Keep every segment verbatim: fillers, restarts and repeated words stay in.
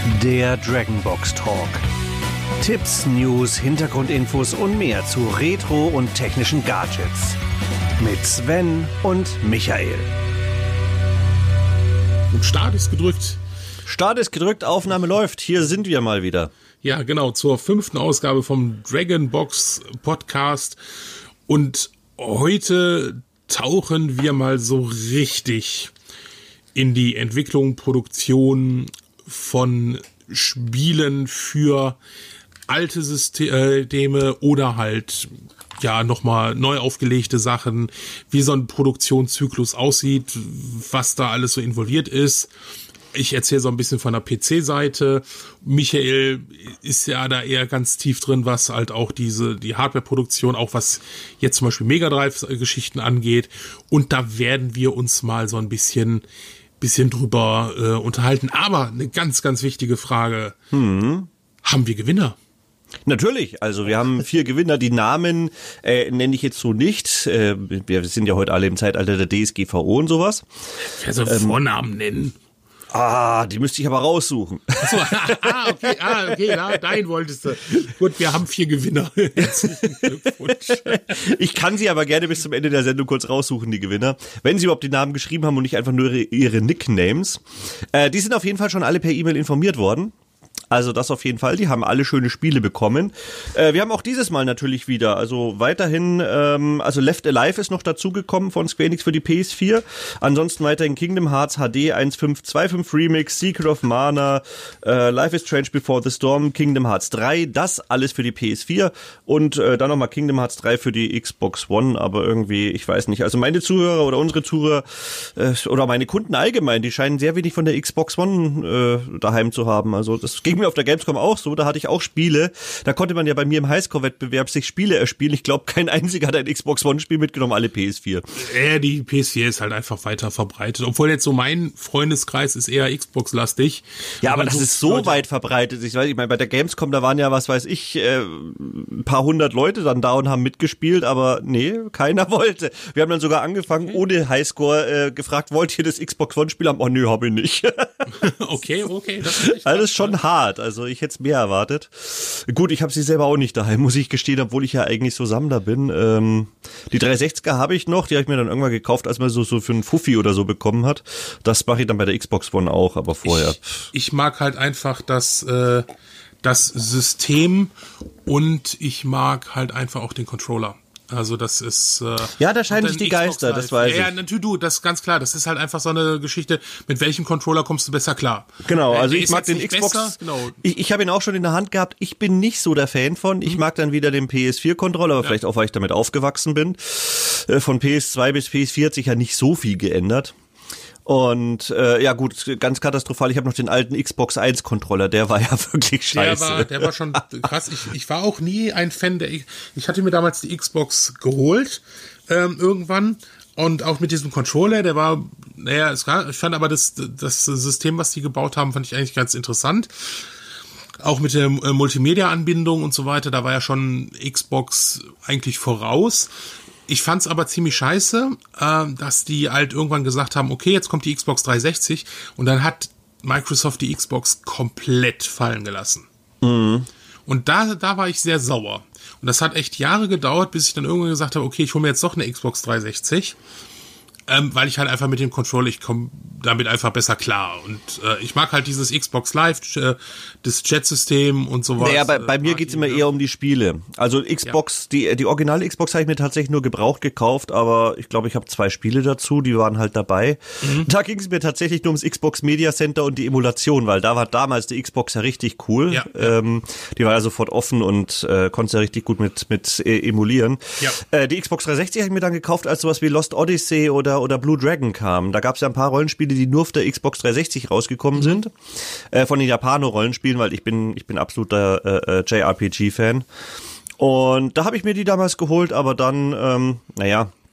Der Dragonbox Talk. Tipps, News, Hintergrundinfos und mehr zu Retro und technischen Gadgets. Mit Sven und Michael. Und Start ist gedrückt. Start ist gedrückt, Aufnahme läuft. Hier sind wir mal wieder. Ja, genau, zur fünften Ausgabe vom Dragonbox Podcast. Und heute tauchen wir mal so richtig in die Entwicklung, Produktion von Spielen für alte Systeme oder halt ja nochmal neu aufgelegte Sachen, wie so ein Produktionszyklus aussieht, was da alles so involviert ist. Ich erzähle so ein bisschen von der P C-Seite. Michael ist ja da eher ganz tief drin, was halt auch diese die Hardware-Produktion, auch was jetzt zum Beispiel Mega Drive-Geschichten angeht. Und da werden wir uns mal so ein bisschen bisschen drüber äh, unterhalten. Aber eine ganz, ganz wichtige Frage. Hm. Haben wir Gewinner? Natürlich, also wir haben vier Gewinner. Die Namen äh, nenne ich jetzt so nicht. Äh, wir sind ja heute alle im Zeitalter der D S G V O und sowas. Wer soll ähm, Vornamen nennen? Ah, die müsste ich aber raussuchen. Achso, ah, okay, ah, okay, ja, dein wolltest du. Gut, wir haben vier Gewinner. Herzlichen Glückwunsch. Ich kann sie aber gerne bis zum Ende der Sendung kurz raussuchen, die Gewinner. Wenn sie überhaupt die Namen geschrieben haben und nicht einfach nur ihre, ihre Nicknames. Äh, die sind auf jeden Fall schon alle per E-Mail informiert worden. Also das auf jeden Fall, die haben alle schöne Spiele bekommen. Äh, wir haben auch dieses Mal natürlich wieder, also weiterhin, ähm, also Left Alive ist noch dazugekommen von Square Enix für die P S vier. Ansonsten weiterhin Kingdom Hearts H D eins Punkt fünf Punkt zwei Punkt fünf Remix, Secret of Mana, äh, Life is Strange Before the Storm, Kingdom Hearts drei, das alles für die P S vier und äh, dann nochmal Kingdom Hearts drei für die Xbox One, aber irgendwie, ich weiß nicht, also meine Zuhörer oder unsere Zuhörer äh, oder meine Kunden allgemein, die scheinen sehr wenig von der Xbox One äh, daheim zu haben, also das ging mir auf der Gamescom auch so, da hatte ich auch Spiele, da konnte man ja bei mir im Highscore-Wettbewerb sich Spiele erspielen, ich glaube, kein einziger hat ein Xbox One-Spiel mitgenommen, alle P S vier. Ja, die P S vier ist halt einfach weiter verbreitet, obwohl jetzt so mein Freundeskreis ist eher Xbox-lastig. Ja, aber das ist so Leute weit verbreitet, ich weiß, ich meine, bei der Gamescom, da waren ja, was weiß ich, äh, ein paar hundert Leute dann da und haben mitgespielt, aber nee, keiner wollte. Wir haben dann sogar angefangen, okay, ohne Highscore äh, gefragt, wollt ihr das Xbox One-Spiel haben? Oh nö, hab ich nicht. okay, okay. Das ist echt also das ist schon hart, also ich hätte es mehr erwartet. Gut, ich habe sie selber auch nicht daheim, muss ich gestehen, obwohl ich ja eigentlich so Sammler bin. Ähm, die dreihundertsechziger habe ich noch, die habe ich mir dann irgendwann gekauft, als man so, so für einen Fuffi oder so bekommen hat. Das mache ich dann bei der Xbox One auch, aber vorher. Ich, ich mag halt einfach das, äh, das System und ich mag halt einfach auch den Controller. Also das ist äh, ja, da scheinen sich die Xbox Geister, Live. Das weiß ja, ich. Ja, natürlich du, das ist ganz klar. Das ist halt einfach so eine Geschichte. Mit welchem Controller kommst du besser klar? Genau, äh, also ich mag den Xbox. Besser, genau. Ich, ich habe ihn auch schon in der Hand gehabt. Ich bin nicht so der Fan von. Ich mhm. mag dann wieder den P S vier Controller, aber ja, vielleicht auch, weil ich damit aufgewachsen bin. Äh, von P S zwei bis P S vier hat sich ja nicht so viel geändert. Und äh, ja gut, ganz katastrophal, ich habe noch den alten Xbox eins Controller, der war ja wirklich scheiße. Der war, der war schon krass. Ich, ich war auch nie ein Fan der, ich hatte mir damals die Xbox geholt, ähm, irgendwann, und auch mit diesem Controller, der war, naja, es war, ich fand aber das, das System, was die gebaut haben, fand ich eigentlich ganz interessant. Auch mit der äh, Multimedia-Anbindung und so weiter, da war ja schon Xbox eigentlich voraus. Ich fand's aber ziemlich scheiße, äh, dass die halt irgendwann gesagt haben, okay, jetzt kommt die Xbox dreihundertsechzig und dann hat Microsoft die Xbox komplett fallen gelassen. Mhm. Und da, da war ich sehr sauer. Und das hat echt Jahre gedauert, bis ich dann irgendwann gesagt habe, okay, ich hole mir jetzt doch eine Xbox dreihundertsechzig. Ähm, weil ich halt einfach mit dem Controller, ich komme damit einfach besser klar. Und äh, ich mag halt dieses Xbox Live, äh, das Chat-System und sowas. Naja, bei, bei mir geht's immer eher um die Spiele. Also Xbox, ja. die die originale Xbox habe ich mir tatsächlich nur gebraucht gekauft, aber ich glaube, ich habe zwei Spiele dazu, die waren halt dabei. Mhm. Da ging es mir tatsächlich nur ums Xbox Media Center und die Emulation, weil da war damals die Xbox ja richtig cool. Ja, ähm, ja. Die war ja sofort offen und äh, konnte ja richtig gut mit mit äh, emulieren. Ja. Äh, die Xbox dreihundertsechzig habe ich mir dann gekauft, als sowas wie Lost Odyssey oder oder Blue Dragon kam. Da gab es ja ein paar Rollenspiele, die nur auf der Xbox dreihundertsechzig rausgekommen mhm. sind. Äh, von den Japano-Rollenspielen, weil ich bin ich bin absoluter äh, J R P G-Fan. Und da habe ich mir die damals geholt, aber dann, ähm, naja,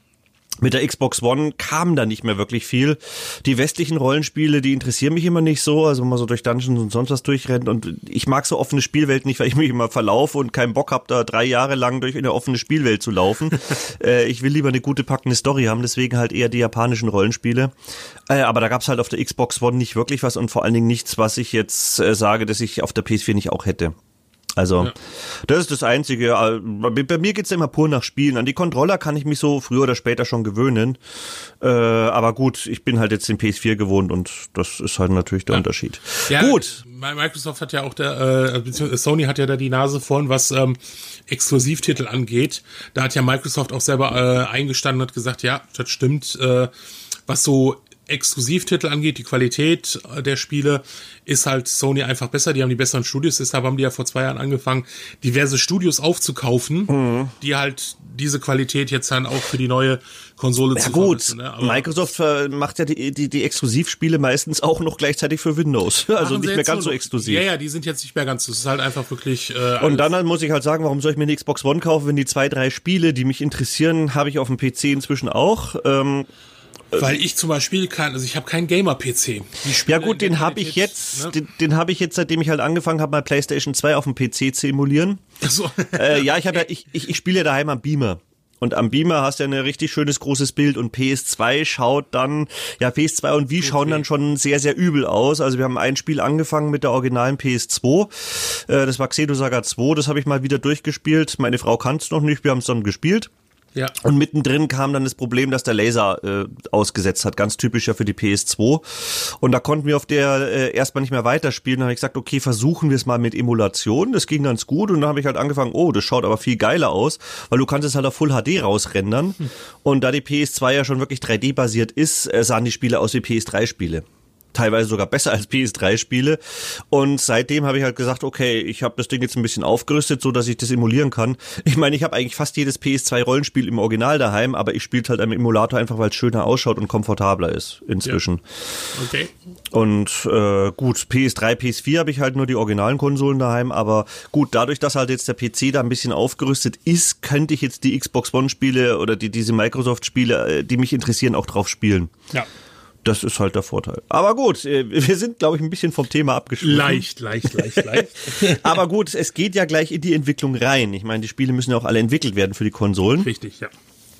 Mit der Xbox One kam da nicht mehr wirklich viel. Die westlichen Rollenspiele, die interessieren mich immer nicht so, also wenn man so durch Dungeons und sonst was durchrennt, und ich mag so offene Spielwelten nicht, weil ich mich immer verlaufe und keinen Bock habe, da drei Jahre lang durch eine offene Spielwelt zu laufen. äh, ich will lieber eine gute packende Story haben, deswegen halt eher die japanischen Rollenspiele. Äh, aber da gab's halt auf der Xbox One nicht wirklich was und vor allen Dingen nichts, was ich jetzt äh, sage, dass ich auf der P S vier nicht auch hätte. Also, ja. Das ist das Einzige. Bei mir geht's ja immer pur nach Spielen. An die Controller kann ich mich so früher oder später schon gewöhnen. Äh, aber gut, ich bin halt jetzt den P S vier gewohnt und das ist halt natürlich der ja. Unterschied. Ja, gut. Microsoft hat ja auch der, äh, beziehungsweise Sony hat ja da die Nase vorn, was ähm, Exklusivtitel angeht. Da hat ja Microsoft auch selber äh, eingestanden und hat gesagt, ja, das stimmt, äh, was so Exklusivtitel angeht, die Qualität der Spiele ist halt Sony einfach besser, die haben die besseren Studios, deshalb haben die ja vor zwei Jahren angefangen, diverse Studios aufzukaufen, mhm. die halt diese Qualität jetzt dann auch für die neue Konsole ja, zu gut, vermissen, ne? Microsoft macht ja die, die, die Exklusivspiele meistens auch noch gleichzeitig für Windows, also nicht mehr ganz so exklusiv. Ja, ja, die sind jetzt nicht mehr ganz, das ist halt einfach wirklich äh, und dann halt muss ich halt sagen, warum soll ich mir eine Xbox One kaufen, wenn die zwei, drei Spiele, die mich interessieren, habe ich auf dem P C inzwischen auch. ähm, Weil ich zum Beispiel kann, also ich habe keinen Gamer-P C. Ja gut, den habe ich jetzt, ne? den, den habe ich jetzt, seitdem ich halt angefangen habe, mal PlayStation zwei auf dem P C zu emulieren. Ach so. äh, ja, ich habe ja, ich, ich, ich spiele ja daheim am Beamer. Und am Beamer hast du ja ein richtig schönes großes Bild und P S zwei schaut dann, ja P S zwei und Wii schauen dann schon sehr, sehr übel aus. Also wir haben ein Spiel angefangen mit der originalen P S zwei, äh, das war Xenosaga zwei, das habe ich mal wieder durchgespielt. Meine Frau kannte es noch nicht, wir haben es dann gespielt. Ja. Und mittendrin kam dann das Problem, dass der Laser äh, ausgesetzt hat, ganz typisch ja für die P S zwei. Und da konnten wir auf der äh, erstmal nicht mehr weiterspielen. Dann habe ich gesagt, okay, versuchen wir es mal mit Emulation. Das ging ganz gut und dann habe ich halt angefangen, oh, das schaut aber viel geiler aus, weil du kannst es halt auf Full H D rausrendern. Hm. Und da die P S zwei ja schon wirklich drei D basiert ist, äh, sahen die Spiele aus wie P S drei Spiele. Teilweise sogar besser als P S drei Spiele. Und seitdem habe ich halt gesagt, okay, ich habe das Ding jetzt ein bisschen aufgerüstet, so dass ich das emulieren kann. Ich meine, ich habe eigentlich fast jedes P S zwei Rollenspiel im Original daheim, aber ich spiele halt am Emulator einfach, weil es schöner ausschaut und komfortabler ist inzwischen. Ja. Okay. Und äh, gut, P S drei, P S vier habe ich halt nur die originalen Konsolen daheim, aber gut, dadurch, dass halt jetzt der P C da ein bisschen aufgerüstet ist, könnte ich jetzt die Xbox One Spiele oder die diese Microsoft Spiele, die mich interessieren, auch drauf spielen. Ja. Das ist halt der Vorteil. Aber gut, wir sind, glaube ich, ein bisschen vom Thema abgeschwungen. Leicht, leicht, leicht, leicht. Aber gut, es geht ja gleich in die Entwicklung rein. Ich meine, die Spiele müssen ja auch alle entwickelt werden für die Konsolen. Richtig, ja.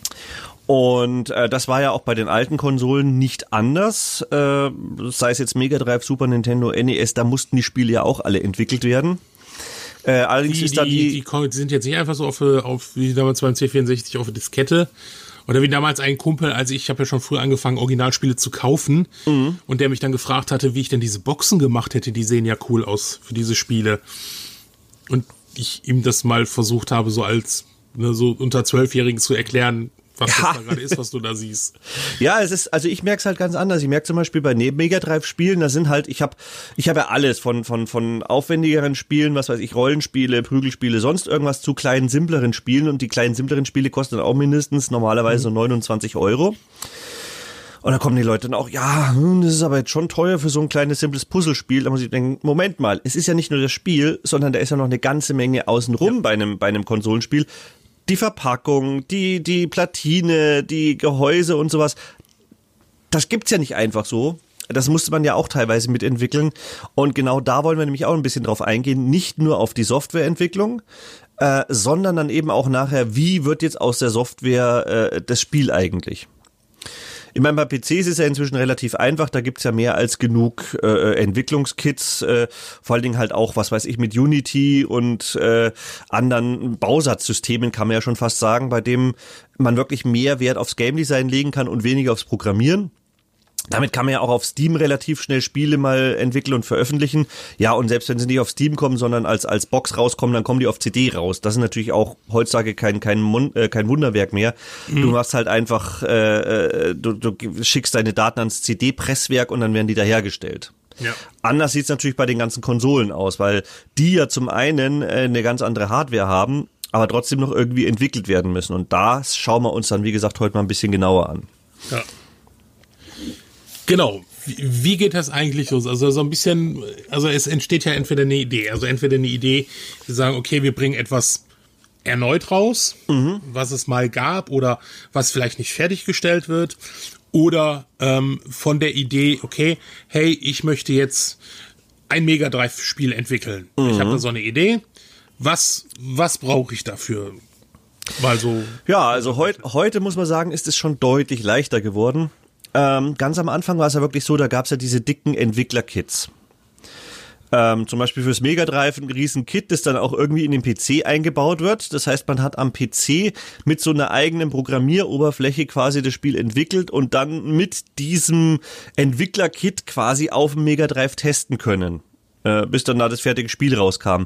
Und äh, das war ja auch bei den alten Konsolen nicht anders. Äh, sei es jetzt Mega Drive, Super Nintendo, N E S, da mussten die Spiele ja auch alle entwickelt werden. Äh, allerdings die, ist da die, die... Die sind jetzt nicht einfach so auf, auf wie damals beim C vierundsechzig auf Diskette. Oder wie damals ein Kumpel, also ich habe ja schon früher angefangen, Originalspiele zu kaufen. Mhm. Und der mich dann gefragt hatte, wie ich denn diese Boxen gemacht hätte. Die sehen ja cool aus für diese Spiele. Und ich ihm das mal versucht habe, so als ne, so unter Zwölfjährigen zu erklären, was ja. das da gerade ist, was du da siehst. Ja, es ist, also ich merke es halt ganz anders. Ich merke zum Beispiel bei Mega Drive Spielen, da sind halt, ich habe ich habe ja alles von von von aufwendigeren Spielen, was weiß ich, Rollenspiele, Prügelspiele, sonst irgendwas zu kleinen, simpleren Spielen, und die kleinen, simpleren Spiele kosten dann auch mindestens normalerweise mhm. neunundzwanzig Euro. Und da kommen die Leute dann auch, ja, das ist aber jetzt schon teuer für so ein kleines, simples Puzzlespiel. Da muss ich denken, Moment mal, es ist ja nicht nur das Spiel, sondern da ist ja noch eine ganze Menge außenrum ja. bei einem bei einem Konsolenspiel. Die Verpackung, die, die Platine, die Gehäuse und sowas, das gibt's ja nicht einfach so. Das musste man ja auch teilweise mitentwickeln. Und genau da wollen wir nämlich auch ein bisschen drauf eingehen. Nicht nur auf die Softwareentwicklung, äh, sondern dann eben auch nachher, wie wird jetzt aus der Software äh, das Spiel eigentlich? Ich meine, bei P Cs ist es ja inzwischen relativ einfach, da gibt's ja mehr als genug äh, Entwicklungskits, äh, vor allen Dingen halt auch, was weiß ich, mit Unity und äh, anderen Bausatzsystemen, kann man ja schon fast sagen, bei dem man wirklich mehr Wert aufs Game Design legen kann und weniger aufs Programmieren. Damit kann man ja auch auf Steam relativ schnell Spiele mal entwickeln und veröffentlichen. Ja, und selbst wenn sie nicht auf Steam kommen, sondern als als Box rauskommen, dann kommen die auf C D raus. Das ist natürlich auch heutzutage kein kein Mun- äh, kein Wunderwerk mehr. Mhm. Du machst halt einfach, äh, du, du schickst deine Daten ans C D-Presswerk und dann werden die da hergestellt. Ja. Anders sieht's natürlich bei den ganzen Konsolen aus, weil die ja zum einen äh, eine ganz andere Hardware haben, aber trotzdem noch irgendwie entwickelt werden müssen. Und das schauen wir uns dann, wie gesagt, heute mal ein bisschen genauer an. Ja. Genau. Wie, wie geht das eigentlich los? Also so ein bisschen, also es entsteht ja entweder eine Idee, also entweder eine Idee, wir sagen, okay, wir bringen etwas erneut raus, mhm. was es mal gab oder was vielleicht nicht fertiggestellt wird. Oder ähm, von der Idee, okay, hey, ich möchte jetzt ein Mega Drive-Spiel entwickeln. Mhm. Ich habe da so eine Idee. Was, was brauche ich dafür? Mal so. Ja, also heut, heute muss man sagen, ist es schon deutlich leichter geworden. Ähm, ganz am Anfang war es ja wirklich so, da gab es ja diese dicken Entwickler-Kits. Ähm, zum Beispiel fürs Mega Drive ein riesen Kit, das dann auch irgendwie in den P C eingebaut wird. Das heißt, man hat am P C mit so einer eigenen Programmieroberfläche quasi das Spiel entwickelt und dann mit diesem Entwickler-Kit quasi auf dem Mega Drive testen können, äh, bis dann da das fertige Spiel rauskam.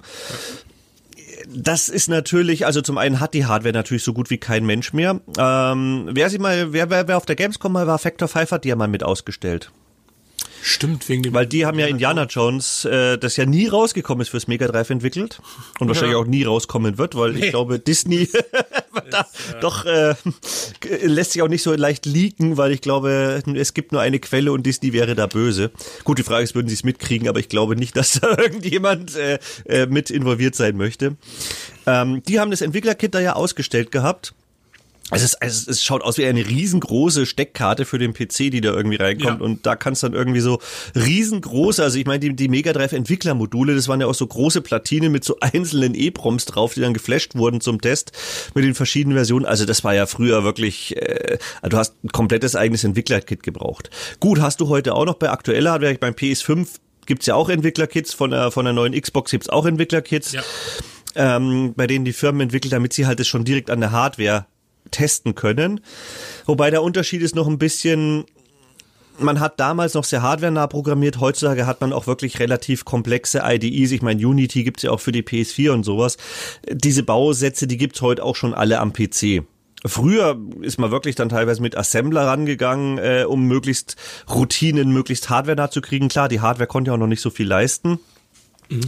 Das ist natürlich, also zum einen hat die Hardware natürlich so gut wie kein Mensch mehr. Ähm, wer sie mal, wer, wer, wer auf der Gamescom mal war, Factor Five hat die ja mal mit ausgestellt. Stimmt, wegen dem. Weil die haben ja Indiana Jones, äh, das ja nie rausgekommen ist fürs Mega Drive entwickelt und wahrscheinlich ja. auch nie rauskommen wird, weil nee. ich glaube, Disney da äh, doch äh, lässt sich auch nicht so leicht leaken, weil ich glaube, es gibt nur eine Quelle und Disney wäre da böse. Gut, die Frage ist, würden sie es mitkriegen, aber ich glaube nicht, dass da irgendjemand äh, äh, mit involviert sein möchte. Ähm, die haben das Entwicklerkit da ja ausgestellt gehabt. Also es, es, es schaut aus wie eine riesengroße Steckkarte für den P C, die da irgendwie reinkommt. Ja. Und da kannst dann irgendwie so riesengroße, also ich meine, die, die Mega Drive Entwicklermodule, das waren ja auch so große Platinen mit so einzelnen E-Proms drauf, die dann geflasht wurden zum Test mit den verschiedenen Versionen. Also das war ja früher wirklich, äh, du hast ein komplettes eigenes Entwicklerkit gebraucht. Gut, hast du heute auch noch bei aktueller Hardware, beim P S fünf gibt's ja auch Entwicklerkits, von der, von der neuen Xbox gibt's auch Entwicklerkits, ja. ähm, bei denen die Firmen entwickeln, damit sie halt das schon direkt an der Hardware testen können. Wobei der Unterschied ist noch ein bisschen, man hat damals noch sehr hardwarenah programmiert, heutzutage hat man auch wirklich relativ komplexe I D Es. Ich meine, Unity gibt's ja auch für die P S vier und sowas. Diese Bausätze, die gibt's heute auch schon alle am P C. Früher ist man wirklich dann teilweise mit Assembler rangegangen, äh, um möglichst Routinen, möglichst hardwarenah zu kriegen. Klar, die Hardware konnte ja auch noch nicht so viel leisten. Mhm.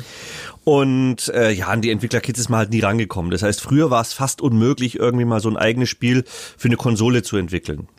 Und äh, ja, an die Entwicklerkits ist man halt nie rangekommen. Das heißt, früher war es fast unmöglich, irgendwie mal so ein eigenes Spiel für eine Konsole zu entwickeln.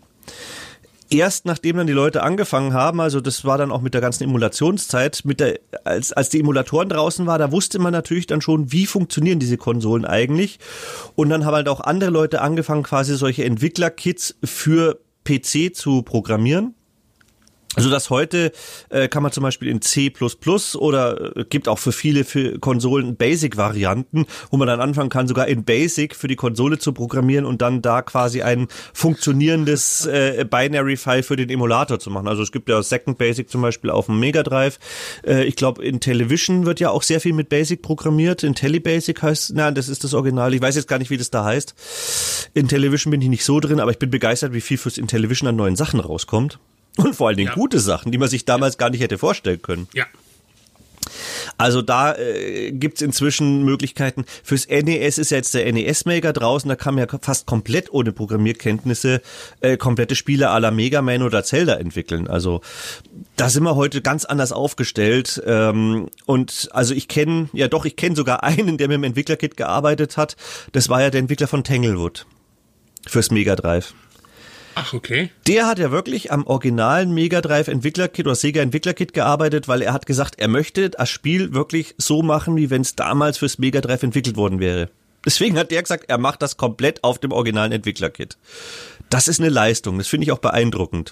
Erst nachdem dann die Leute angefangen haben, also das war dann auch mit der ganzen Emulationszeit, mit der, als, als die Emulatoren draußen war, da wusste man natürlich dann schon, wie funktionieren diese Konsolen eigentlich. Und dann haben halt auch andere Leute angefangen, quasi solche Entwicklerkits für P C zu programmieren. Also das heute äh, kann man zum Beispiel in C plus plus oder äh, gibt auch für viele für Konsolen Basic-Varianten, wo man dann anfangen kann, sogar in Basic für die Konsole zu programmieren und dann da quasi ein funktionierendes äh, Binary-File für den Emulator zu machen. Also es gibt ja Second Basic zum Beispiel auf dem Mega Drive. Äh, ich glaube, in Television wird ja auch sehr viel mit Basic programmiert. In Telebasic heißt, nein, das ist das Original. Ich weiß jetzt gar nicht, wie das da heißt. In Television bin ich nicht so drin, aber ich bin begeistert, wie viel fürs in Television an neuen Sachen rauskommt. Und vor allen Dingen ja. gute Sachen, die man sich damals ja. gar nicht hätte vorstellen können. Ja. Also da äh, gibt's inzwischen Möglichkeiten. Fürs N E S ist ja jetzt der N E S-Maker draußen, da kann man ja fast komplett ohne Programmierkenntnisse äh, komplette Spiele à la Mega Man oder Zelda entwickeln. Also da sind wir heute ganz anders aufgestellt. Ähm, und also ich kenne, ja doch, ich kenne sogar einen, der mit dem Entwicklerkit gearbeitet hat. Das war ja der Entwickler von Tanglewood fürs Mega Drive. Ach, okay. Der hat ja wirklich am originalen Mega Drive Entwicklerkit oder Sega Entwicklerkit gearbeitet, weil er hat gesagt, er möchte das Spiel wirklich so machen, wie wenn es damals fürs Mega Drive entwickelt worden wäre. Deswegen hat der gesagt, er macht das komplett auf dem originalen Entwicklerkit. Das ist eine Leistung, das finde ich auch beeindruckend.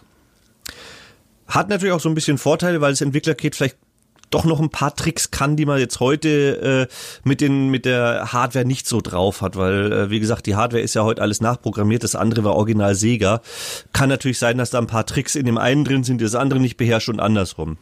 Hat natürlich auch so ein bisschen Vorteile, weil das Entwicklerkit vielleicht doch noch ein paar Tricks kann, die man jetzt heute äh, mit den mit der Hardware nicht so drauf hat, weil äh, wie gesagt, die Hardware ist ja heute alles nachprogrammiert, das andere war original Sega. Kann natürlich sein, dass da ein paar Tricks in dem einen drin sind, die das andere nicht beherrscht und andersrum.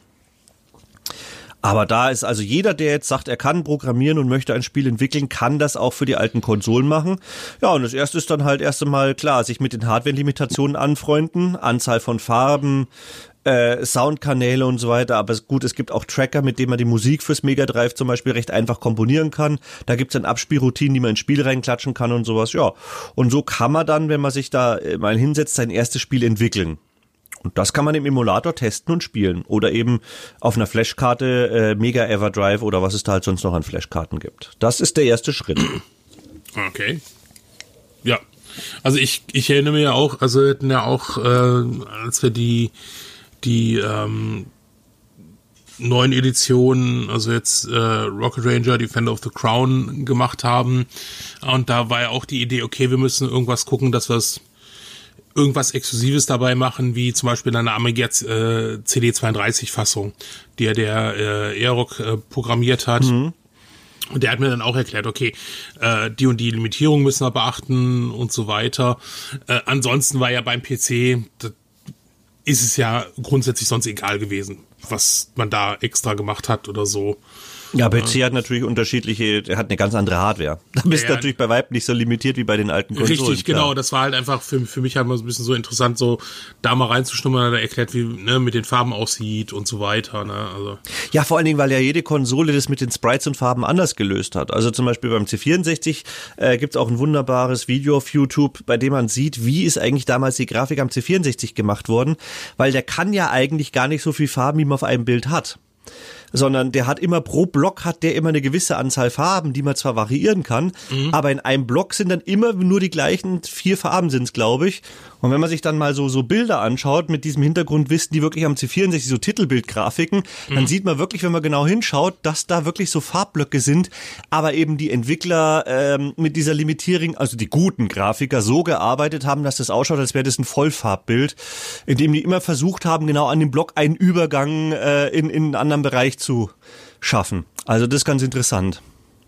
Aber da ist also jeder, der jetzt sagt, er kann programmieren und möchte ein Spiel entwickeln, kann das auch für die alten Konsolen machen. Ja, und das erste ist dann halt erst einmal klar, sich mit den Hardware-Limitationen anfreunden, Anzahl von Farben, Äh, Soundkanäle und so weiter, aber gut, es gibt auch Tracker, mit denen man die Musik fürs Mega Drive zum Beispiel recht einfach komponieren kann. Da gibt's dann Abspielroutinen, die man ins Spiel reinklatschen kann und sowas, ja. Und so kann man dann, wenn man sich da mal hinsetzt, sein erstes Spiel entwickeln. Und das kann man im Emulator testen und spielen. Oder eben auf einer Flashkarte, äh, Mega Everdrive oder was es da halt sonst noch an Flashkarten gibt. Das ist der erste Schritt. Okay. Ja. Also ich, ich erinnere mich ja auch, also wir hatten ja auch, äh, als wir die die ähm, neuen Editionen, also jetzt äh, Rocket Ranger, Defender of the Crown gemacht haben. Und da war ja auch die Idee, okay, wir müssen irgendwas gucken, dass wir es irgendwas Exklusives dabei machen, wie zum Beispiel eine Amiga äh, C D zweiunddreißig-Fassung, die ja der äh, Aeroc äh, programmiert hat. Mhm. Und der hat mir dann auch erklärt, okay, äh, die und die Limitierung müssen wir beachten und so weiter. Äh, ansonsten war ja beim P C, das ist es ja grundsätzlich sonst egal gewesen, was man da extra gemacht hat oder so. Ja, P C hat natürlich unterschiedliche, er hat eine ganz andere Hardware. Da bist du ja, natürlich bei Weitem nicht so limitiert wie bei den alten Konsolen. Richtig, klar. Genau, das war halt einfach für, für mich halt mal so ein bisschen so interessant, so da mal reinzuschnummern, da erklärt, wie ne, mit den Farben aussieht und so weiter. Ne, also. Ja, vor allen Dingen, weil ja jede Konsole das mit den Sprites und Farben anders gelöst hat. Also zum Beispiel beim C vierundsechzig äh, gibt's auch ein wunderbares Video auf YouTube, bei dem man sieht, wie ist eigentlich damals die Grafik am C vierundsechzig gemacht worden, weil der kann ja eigentlich gar nicht so viel Farben, wie man auf einem Bild hat. Sondern der hat immer, pro Block hat der immer eine gewisse Anzahl Farben, die man zwar variieren kann, mhm. aber in einem Block sind dann immer nur die gleichen vier Farben sind's, glaube ich. Und wenn man sich dann mal so so Bilder anschaut mit diesem Hintergrundwissen, die wirklich am C vierundsechzig so Titelbildgrafiken, mhm. dann sieht man wirklich, wenn man genau hinschaut, dass da wirklich so Farbblöcke sind, aber eben die Entwickler ähm, mit dieser Limitierung, also die guten Grafiker, so gearbeitet haben, dass das ausschaut, als wäre das ein Vollfarbbild, in dem die immer versucht haben, genau an dem Block einen Übergang äh, in, in einen anderen Bereich zu schaffen. Also das ist ganz interessant.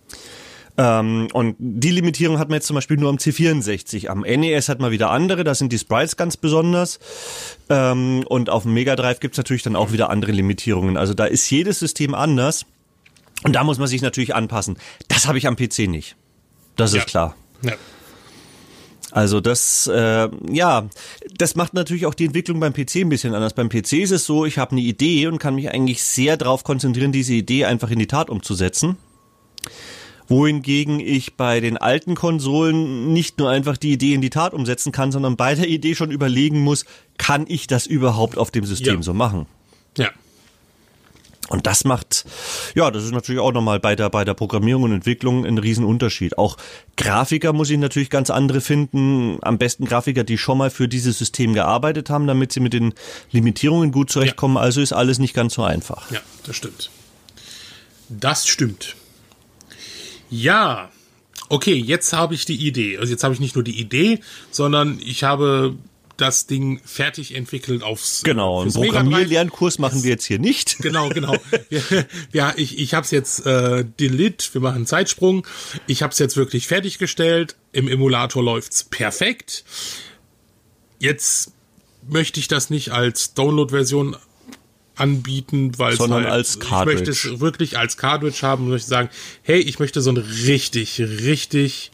Ähm, und die Limitierung hat man jetzt zum Beispiel nur am C vierundsechzig. Am N E S hat man wieder andere, da sind die Sprites ganz besonders. Ähm, und auf dem Mega Drive gibt's natürlich dann auch wieder andere Limitierungen. Also da ist jedes System anders. Und da muss man sich natürlich anpassen. Das habe ich am P C nicht. Das ist ja. klar. Ja. Also das, äh, ja, das macht natürlich auch die Entwicklung beim P C ein bisschen anders. Beim P C ist es so, ich habe eine Idee und kann mich eigentlich sehr darauf konzentrieren, diese Idee einfach in die Tat umzusetzen. Wohingegen ich bei den alten Konsolen nicht nur einfach die Idee in die Tat umsetzen kann, sondern bei der Idee schon überlegen muss, kann ich das überhaupt auf dem System ja. so machen? Ja. Und das macht, ja, das ist natürlich auch nochmal bei der, bei der Programmierung und Entwicklung ein Riesenunterschied. Auch Grafiker muss ich natürlich ganz andere finden. Am besten Grafiker, die schon mal für dieses System gearbeitet haben, damit sie mit den Limitierungen gut zurechtkommen. Ja. Also ist alles nicht ganz so einfach. Ja, das stimmt. Das stimmt. Ja, okay, jetzt habe ich die Idee. Also jetzt habe ich nicht nur die Idee, sondern ich habe das Ding fertig entwickelt aufs Genau, einen Programmierlernkurs machen wir jetzt hier nicht. Genau, genau. Ja, ich, ich habe es jetzt äh, delete, wir machen einen Zeitsprung. Ich habe es jetzt wirklich fertiggestellt. Im Emulator läuft's perfekt. Jetzt möchte ich das nicht als Download-Version anbieten, weil sondern halt, als Cartridge. Ich möchte es wirklich als Cartridge haben und möchte sagen, hey, ich möchte so ein richtig, richtig,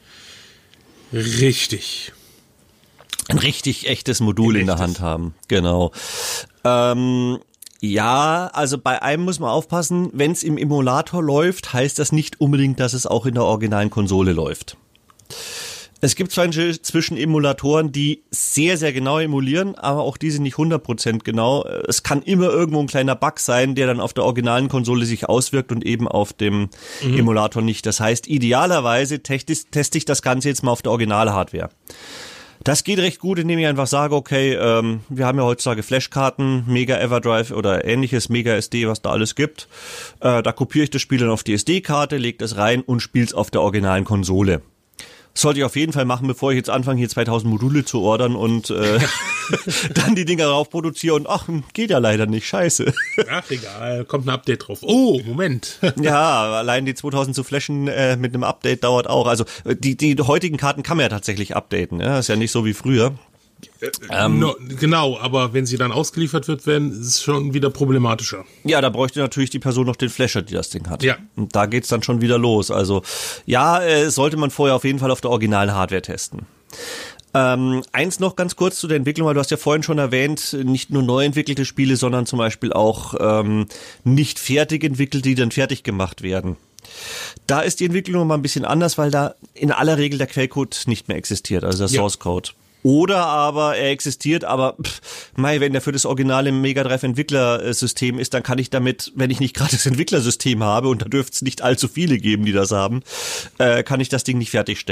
richtig ein richtig echtes Modul in der Hand haben. Genau. Ähm, ja, also bei einem muss man aufpassen, wenn es im Emulator läuft, heißt das nicht unbedingt, dass es auch in der originalen Konsole läuft. Es gibt zwar inzwischen Emulatoren, die sehr, sehr genau emulieren, aber auch die sind nicht hundert Prozent genau. Es kann immer irgendwo ein kleiner Bug sein, der dann auf der originalen Konsole sich auswirkt und eben auf dem mhm. Emulator nicht. Das heißt, idealerweise teste ich das Ganze jetzt mal auf der Original-Hardware. Das geht recht gut, indem ich einfach sage, okay, ähm, wir haben ja heutzutage Flashkarten, Mega Everdrive oder ähnliches, Mega S D, was da alles gibt. Äh, da kopiere ich das Spiel dann auf die S D-Karte, lege das rein und spiele es auf der originalen Konsole. Sollte ich auf jeden Fall machen, bevor ich jetzt anfange, hier zweitausend Module zu ordern und äh, dann die Dinger drauf produziere und ach, geht ja leider nicht, scheiße. Ach, egal, kommt ein Update drauf. Oh, Moment. Ja, allein die zweitausend zu flashen äh, mit einem Update dauert auch. Also die die heutigen Karten kann man ja tatsächlich updaten, ja, ist ja nicht so wie früher. Ähm, no, genau, aber wenn sie dann ausgeliefert wird, werden ist es schon wieder problematischer. Ja, da bräuchte natürlich die Person noch den Flasher, die das Ding hat. Ja. Und da geht's dann schon wieder los. Also ja, äh, sollte man vorher auf jeden Fall auf der originalen Hardware testen. Ähm, eins noch ganz kurz zu der Entwicklung, weil du hast ja vorhin schon erwähnt, nicht nur neu entwickelte Spiele, sondern zum Beispiel auch ähm, nicht fertig entwickelt, die dann fertig gemacht werden. Da ist die Entwicklung noch mal ein bisschen anders, weil da in aller Regel der Quellcode nicht mehr existiert, also der ja. Source Code. Oder aber er existiert, aber pff, mei, wenn der für das originale Mega Drive Entwicklersystem ist, dann kann ich damit, wenn ich nicht gerade das Entwicklersystem habe, und da dürfte es nicht allzu viele geben, die das haben, äh, kann ich das Ding nicht fertigstellen.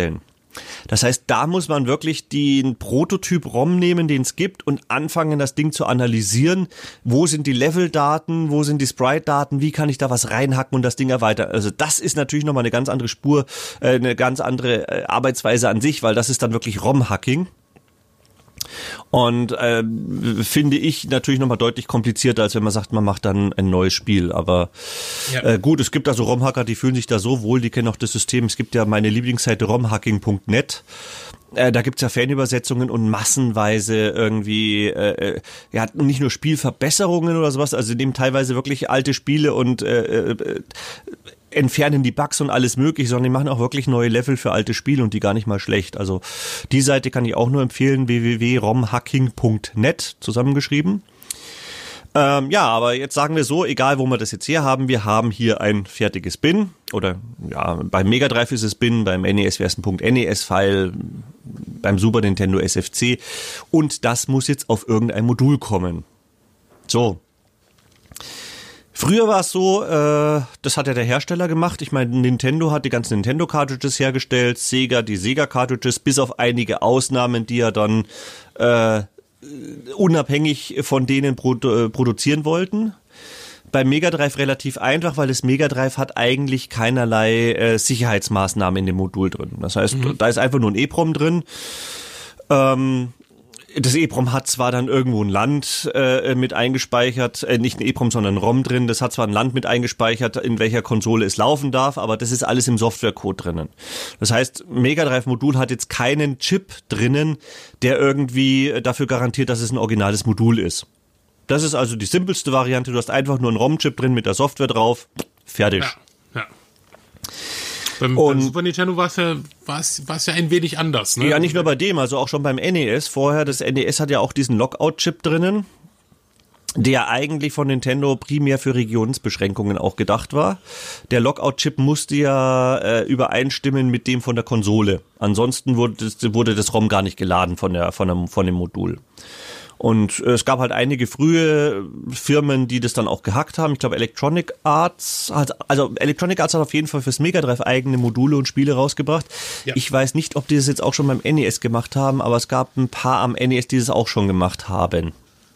Das heißt, da muss man wirklich den Prototyp-ROM nehmen, den es gibt, und anfangen, das Ding zu analysieren. Wo sind die Level-Daten, wo sind die Sprite-Daten, wie kann ich da was reinhacken und das Ding erweitern? Also das ist natürlich nochmal eine ganz andere Spur, äh, eine ganz andere äh, Arbeitsweise an sich, weil das ist dann wirklich ROM-Hacking. Und äh, finde ich natürlich nochmal deutlich komplizierter, als wenn man sagt, man macht dann ein neues Spiel. Aber ja. äh, gut, es gibt also ROM-Hacker, die fühlen sich da so wohl, die kennen auch das System. Es gibt ja meine Lieblingsseite romhacking punkt net. Äh, da gibt's ja Fanübersetzungen und massenweise irgendwie, äh, ja, nicht nur Spielverbesserungen oder sowas, also nehmen teilweise wirklich alte Spiele und äh, äh, entfernen die Bugs und alles mögliche, sondern die machen auch wirklich neue Level für alte Spiele und die gar nicht mal schlecht. Also die Seite kann ich auch nur empfehlen, w w w punkt romhacking punkt net, zusammengeschrieben. Ähm, ja, aber jetzt sagen wir so, egal wo wir das jetzt her haben, wir haben hier ein fertiges Bin, oder ja, beim Mega Drive ist es Bin, beim N E S wäre es ein .nes-File, beim Super Nintendo S F C, und das muss jetzt auf irgendein Modul kommen. So. Früher war es so, äh, das hat ja der Hersteller gemacht. Ich meine, Nintendo hat die ganzen Nintendo-Cartridges hergestellt, Sega die Sega-Cartridges, bis auf einige Ausnahmen, die ja dann äh, unabhängig von denen produ- produzieren wollten. Beim Mega Drive relativ einfach, weil das Mega Drive hat eigentlich keinerlei äh, Sicherheitsmaßnahmen in dem Modul drin. Das heißt, mhm. da ist einfach nur ein EEPROM drin. Ähm, Das EEPROM hat zwar dann irgendwo ein Land äh, mit eingespeichert, äh, nicht ein EEPROM, sondern ein ROM drin, das hat zwar ein Land mit eingespeichert, in welcher Konsole es laufen darf, aber das ist alles im Softwarecode drinnen. Das heißt, Mega Drive Modul hat jetzt keinen Chip drinnen, der irgendwie dafür garantiert, dass es ein originales Modul ist. Das ist also die simpelste Variante, du hast einfach nur einen ROM-Chip drin mit der Software drauf, fertig. Ja, ja. Beim, beim Super Nintendo war es ja, war's, war's ja ein wenig anders, ne? Ja, nicht nur bei dem, also auch schon beim N E S vorher. Das N E S hat ja auch diesen Lockout-Chip drinnen, der eigentlich von Nintendo primär für Regionsbeschränkungen auch gedacht war. Der Lockout-Chip musste ja äh, übereinstimmen mit dem von der Konsole. Ansonsten wurde das, wurde das ROM gar nicht geladen von der, von dem, von dem Modul. Und es gab halt einige frühe Firmen, die das dann auch gehackt haben. Ich glaube, Electronic Arts hat, also Electronic Arts hat auf jeden Fall fürs Mega Drive eigene Module und Spiele rausgebracht. Ja. Ich weiß nicht, ob die das jetzt auch schon beim N E S gemacht haben, aber es gab ein paar am N E S, die das auch schon gemacht haben.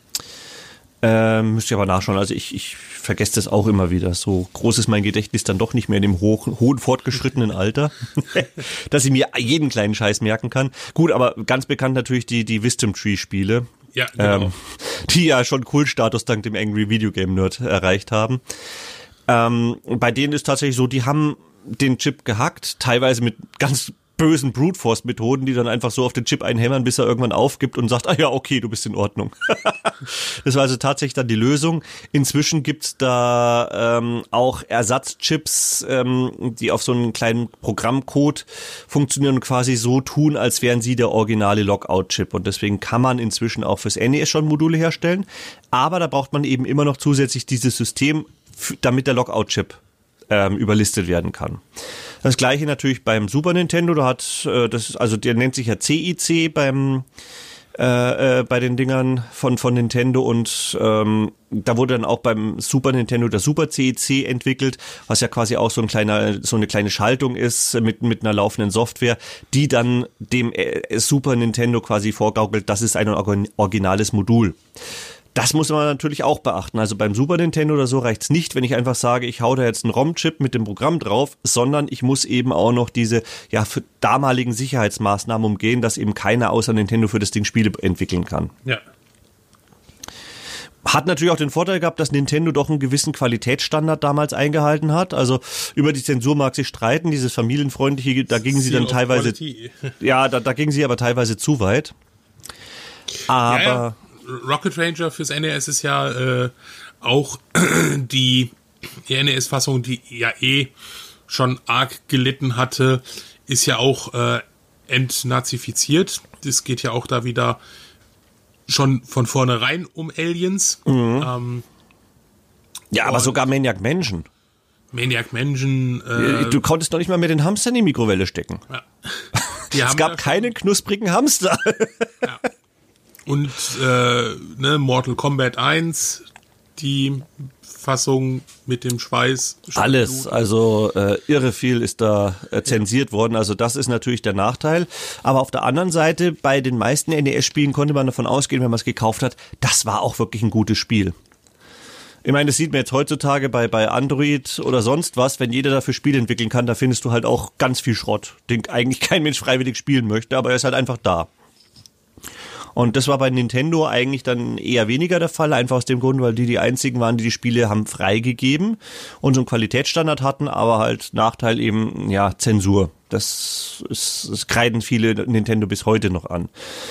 Ähm, müsste ich aber nachschauen. Also ich, ich vergesse das auch immer wieder. So groß ist mein Gedächtnis dann doch nicht mehr in dem hoch, hohen fortgeschrittenen Alter, dass ich mir jeden kleinen Scheiß merken kann. Gut, aber ganz bekannt natürlich die, die Wisdom Tree Spiele. Ja, genau. ähm, die ja schon Kultstatus dank dem Angry Video Game Nerd erreicht haben. Ähm, bei denen ist tatsächlich so, die haben den Chip gehackt, teilweise mit ganz bösen Brute Force Methoden, die dann einfach so auf den Chip einhämmern, bis er irgendwann aufgibt und sagt, ah ja, okay, du bist in Ordnung. Das war also tatsächlich dann die Lösung. Inzwischen gibt's da ähm, auch Ersatzchips, ähm, die auf so einen kleinen Programmcode funktionieren und quasi so tun, als wären sie der originale Lockout-Chip. Und deswegen kann man inzwischen auch fürs N E S schon Module herstellen. Aber da braucht man eben immer noch zusätzlich dieses System, damit der Lockout-Chip ähm, überlistet werden kann. Das gleiche natürlich beim Super Nintendo, da hat äh, das, also der nennt sich ja C I C beim äh, äh, bei den Dingern von von Nintendo, und ähm, da wurde dann auch beim Super Nintendo der Super C I C entwickelt, was ja quasi auch so ein kleiner so eine kleine Schaltung ist mit mit einer laufenden Software, die dann dem äh, Super Nintendo quasi vorgaukelt, das ist ein originales Modul. Das muss man natürlich auch beachten. Also beim Super Nintendo oder so reicht's nicht, wenn ich einfach sage, ich hau da jetzt einen ROM-Chip mit dem Programm drauf, sondern ich muss eben auch noch diese ja für damaligen Sicherheitsmaßnahmen umgehen, dass eben keiner außer Nintendo für das Ding Spiele entwickeln kann. Ja. Hat natürlich auch den Vorteil gehabt, dass Nintendo doch einen gewissen Qualitätsstandard damals eingehalten hat. Also über die Zensur mag sich streiten, dieses familienfreundliche, da gingen sie dann teilweise, ja, da, da gingen sie aber teilweise zu weit. Aber ja, ja. Rocket Ranger fürs N E S ist ja äh, auch die, die N E S-Fassung, die ja eh schon arg gelitten hatte, ist ja auch äh, entnazifiziert. Das geht ja auch da wieder schon von vornherein um Aliens. Mhm. Ähm, ja, aber sogar Maniac Mansion. Maniac Mansion. Äh, du konntest doch nicht mal mit den Hamster in die Mikrowelle stecken. Ja. Es gab ja keinen knusprigen Hamster. Ja. Und äh, ne, Mortal Kombat eins, die Fassung mit dem Schweiß? Alles, also äh, irre viel ist da äh, zensiert ja. worden, also das ist natürlich der Nachteil, aber auf der anderen Seite, bei den meisten N E S-Spielen konnte man davon ausgehen, wenn man es gekauft hat, das war auch wirklich ein gutes Spiel. Ich meine, das sieht man jetzt heutzutage bei, bei Android oder sonst was, wenn jeder dafür Spiele entwickeln kann, da findest du halt auch ganz viel Schrott, den eigentlich kein Mensch freiwillig spielen möchte, aber er ist halt einfach da. Und das war bei Nintendo eigentlich dann eher weniger der Fall, einfach aus dem Grund, weil die die einzigen waren, die die Spiele haben freigegeben und so einen Qualitätsstandard hatten, aber halt Nachteil eben, ja, Zensur. Das, ist, das kreiden viele Nintendo bis heute noch an.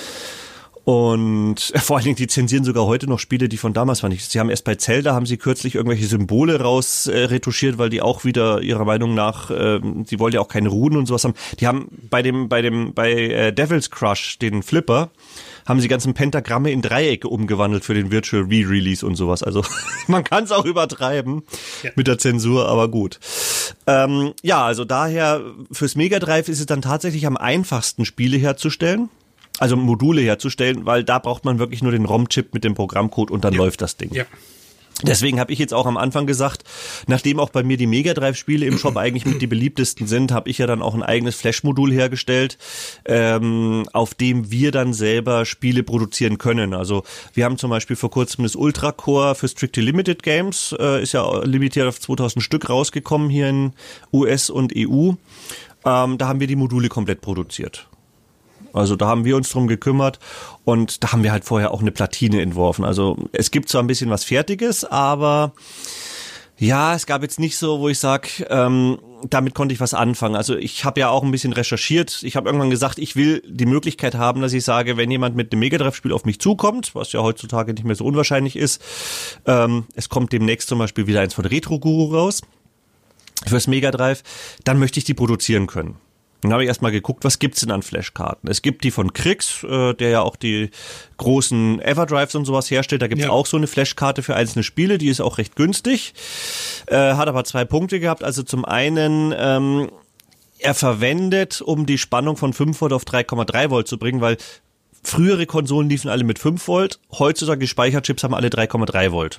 Und vor allen Dingen, die zensieren sogar heute noch Spiele, die von damals waren. Sie haben erst bei Zelda, haben sie kürzlich irgendwelche Symbole raus äh, retuschiert, weil die auch wieder ihrer Meinung nach, äh, die wollen ja auch keine Runen und sowas haben. Die haben bei dem, bei dem, bei äh, Devil's Crush, den Flipper, haben sie ganzen Pentagramme in Dreiecke umgewandelt für den Virtual Re-Release und sowas. Also man kann es auch übertreiben ja. mit der Zensur, aber gut. Ähm, ja, also daher fürs Mega Drive ist es dann tatsächlich am einfachsten, Spiele herzustellen. Also Module herzustellen, weil da braucht man wirklich nur den ROM-Chip mit dem Programmcode und dann ja. läuft das Ding. Ja. Deswegen habe ich jetzt auch am Anfang gesagt, nachdem auch bei mir die Mega Drive-Spiele im Shop eigentlich mit die beliebtesten sind, habe ich ja dann auch ein eigenes Flash-Modul hergestellt, ähm, auf dem wir dann selber Spiele produzieren können. Also wir haben zum Beispiel vor kurzem das Ultra Core für Strictly Limited Games, äh, ist ja limitiert auf zweitausend Stück rausgekommen hier in U S und E U. Ähm, da haben wir die Module komplett produziert. Also da haben wir uns drum gekümmert und da haben wir halt vorher auch eine Platine entworfen. Also es gibt zwar ein bisschen was Fertiges, aber ja, es gab jetzt nicht so, wo ich sage, ähm, damit konnte ich was anfangen. Also ich habe ja auch ein bisschen recherchiert. Ich habe irgendwann gesagt, ich will die Möglichkeit haben, dass ich sage, wenn jemand mit einem Mega Drive-Spiel auf mich zukommt, was ja heutzutage nicht mehr so unwahrscheinlich ist, ähm, es kommt demnächst zum Beispiel wieder eins von Retro Guru raus fürs Mega Drive, dann möchte ich die produzieren können. Dann habe ich erstmal geguckt, was gibt's denn an Flashkarten? Es gibt die von Krix, äh, der ja auch die großen Everdrives und sowas herstellt. Da gibt's ja. auch so eine Flashkarte für einzelne Spiele, die ist auch recht günstig. Äh, hat aber zwei Punkte gehabt. Also zum einen, ähm, er verwendet, um die Spannung von fünf Volt auf drei Komma drei Volt zu bringen, weil frühere Konsolen liefen alle mit fünf Volt. Heutzutage die Speicherchips haben alle drei Komma drei Volt.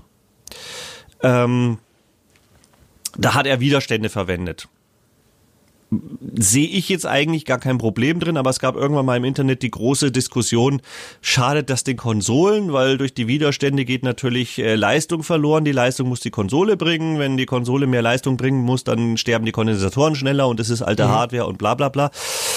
Ähm, da hat er Widerstände verwendet. Sehe ich jetzt eigentlich gar kein Problem drin, aber es gab irgendwann mal im Internet die große Diskussion, schadet das den Konsolen, weil durch die Widerstände geht natürlich äh, Leistung verloren, die Leistung muss die Konsole bringen, wenn die Konsole mehr Leistung bringen muss, dann sterben die Kondensatoren schneller und es ist alte mhm. Hardware und bla bla bla.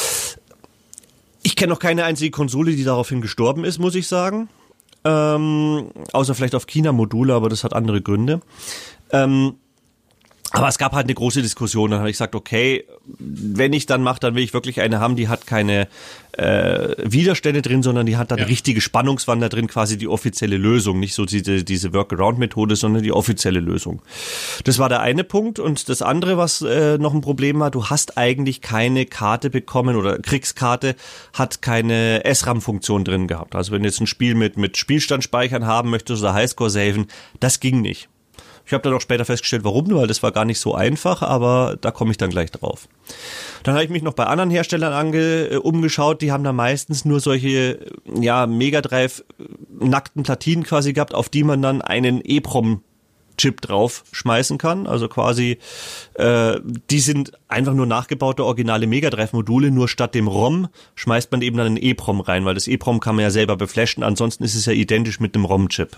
Ich kenne noch keine einzige Konsole, die daraufhin gestorben ist, muss ich sagen, ähm, außer vielleicht auf China-Module, aber das hat andere Gründe. Ähm, Aber es gab halt eine große Diskussion, dann habe ich gesagt, okay, wenn ich dann mache, dann will ich wirklich eine haben, die hat keine äh, Widerstände drin, sondern die hat dann ja. richtige Spannungswand da drin, quasi die offizielle Lösung, nicht so diese, diese Workaround-Methode, sondern die offizielle Lösung. Das war der eine Punkt und das andere, was äh, noch ein Problem war, du hast eigentlich keine Karte bekommen oder Kriegskarte hat keine S RAM-Funktion drin gehabt. Also wenn du jetzt ein Spiel mit, mit Spielstand speichern haben möchtest oder Highscore saven, das ging nicht. Ich habe dann auch später festgestellt, warum, weil das war gar nicht so einfach, aber da komme ich dann gleich drauf. Dann habe ich mich noch bei anderen Herstellern ange, äh, umgeschaut, die haben da meistens nur solche ja Mega Drive nackten Platinen quasi gehabt, auf die man dann einen EEPROM-Chip drauf schmeißen kann. Also quasi, äh, die sind einfach nur nachgebaute originale Mega Drive-Module, nur statt dem ROM schmeißt man eben dann einen EEPROM rein, weil das EEPROM kann man ja selber beflashen, ansonsten ist es ja identisch mit dem ROM-Chip.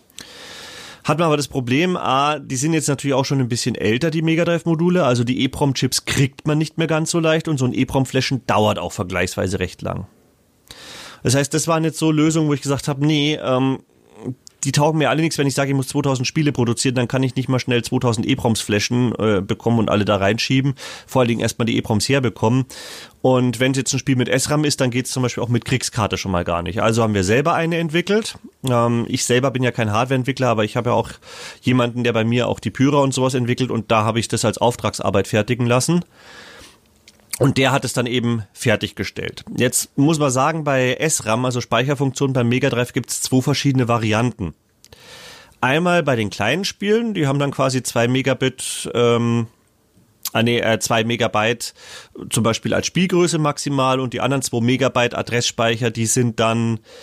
Hat man aber das Problem, A, die sind jetzt natürlich auch schon ein bisschen älter, die Mega Drive-Module, also die EEPROM-Chips kriegt man nicht mehr ganz so leicht und so ein EEPROM-Flashen dauert auch vergleichsweise recht lang. Das heißt, das waren jetzt so Lösungen, wo ich gesagt habe, nee, ähm, die taugen mir alle nichts, wenn ich sage, ich muss zweitausend Spiele produzieren, dann kann ich nicht mal schnell zweitausend EEPROMs flashen äh, bekommen und alle da reinschieben. Vor allen Dingen erstmal die EEPROMs herbekommen. Und wenn es jetzt ein Spiel mit S RAM ist, dann geht es zum Beispiel auch mit Kriegskarte schon mal gar nicht. Also haben wir selber eine entwickelt. Ähm, ich selber bin ja kein Hardwareentwickler, aber ich habe ja auch jemanden, der bei mir auch die Pyra und sowas entwickelt und da habe ich das als Auftragsarbeit fertigen lassen. Und der hat es dann eben fertiggestellt. Jetzt muss man sagen, bei S RAM, also Speicherfunktion beim Mega Drive, gibt es zwei verschiedene Varianten. Einmal bei den kleinen Spielen, die haben dann quasi zwei Megabit, ähm, ah nee, äh, zwei Megabyte zum Beispiel als Spielgröße maximal und die anderen zwei Megabyte Adressspeicher, die sind dann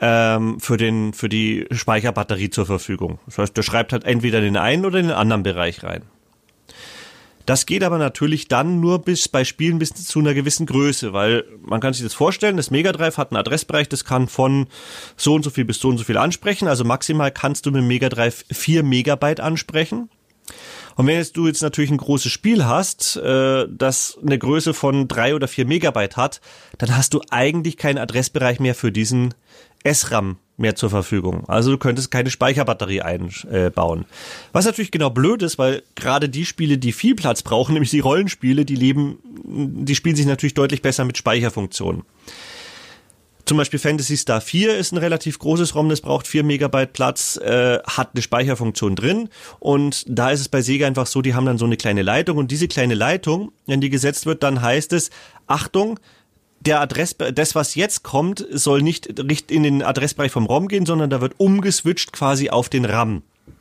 ähm, für den für die Speicherbatterie zur Verfügung. Das heißt, der schreibt halt entweder den einen oder den anderen Bereich rein. Das geht aber natürlich dann nur bis bei Spielen bis zu einer gewissen Größe, weil man kann sich das vorstellen, das Mega Drive hat einen Adressbereich, das kann von so und so viel bis so und so viel ansprechen. Also maximal kannst du mit dem Mega Drive vier Megabyte ansprechen. Und wenn jetzt du jetzt natürlich ein großes Spiel hast, äh, das eine Größe von drei oder vier Megabyte hat, dann hast du eigentlich keinen Adressbereich mehr für diesen S RAM mehr zur Verfügung. Also du könntest keine Speicherbatterie einbauen. Was natürlich genau blöd ist, weil gerade die Spiele, die viel Platz brauchen, nämlich die Rollenspiele, die leben, die spielen sich natürlich deutlich besser mit Speicherfunktionen. Zum Beispiel Phantasy Star vier ist ein relativ großes ROM, das braucht vier Megabyte Platz, äh, hat eine Speicherfunktion drin und da ist es bei Sega einfach so, die haben dann so eine kleine Leitung und diese kleine Leitung, wenn die gesetzt wird, dann heißt es, Achtung, der Adress, das was jetzt kommt, soll nicht in den Adressbereich vom ROM gehen, sondern da wird umgeswitcht quasi auf den RAM.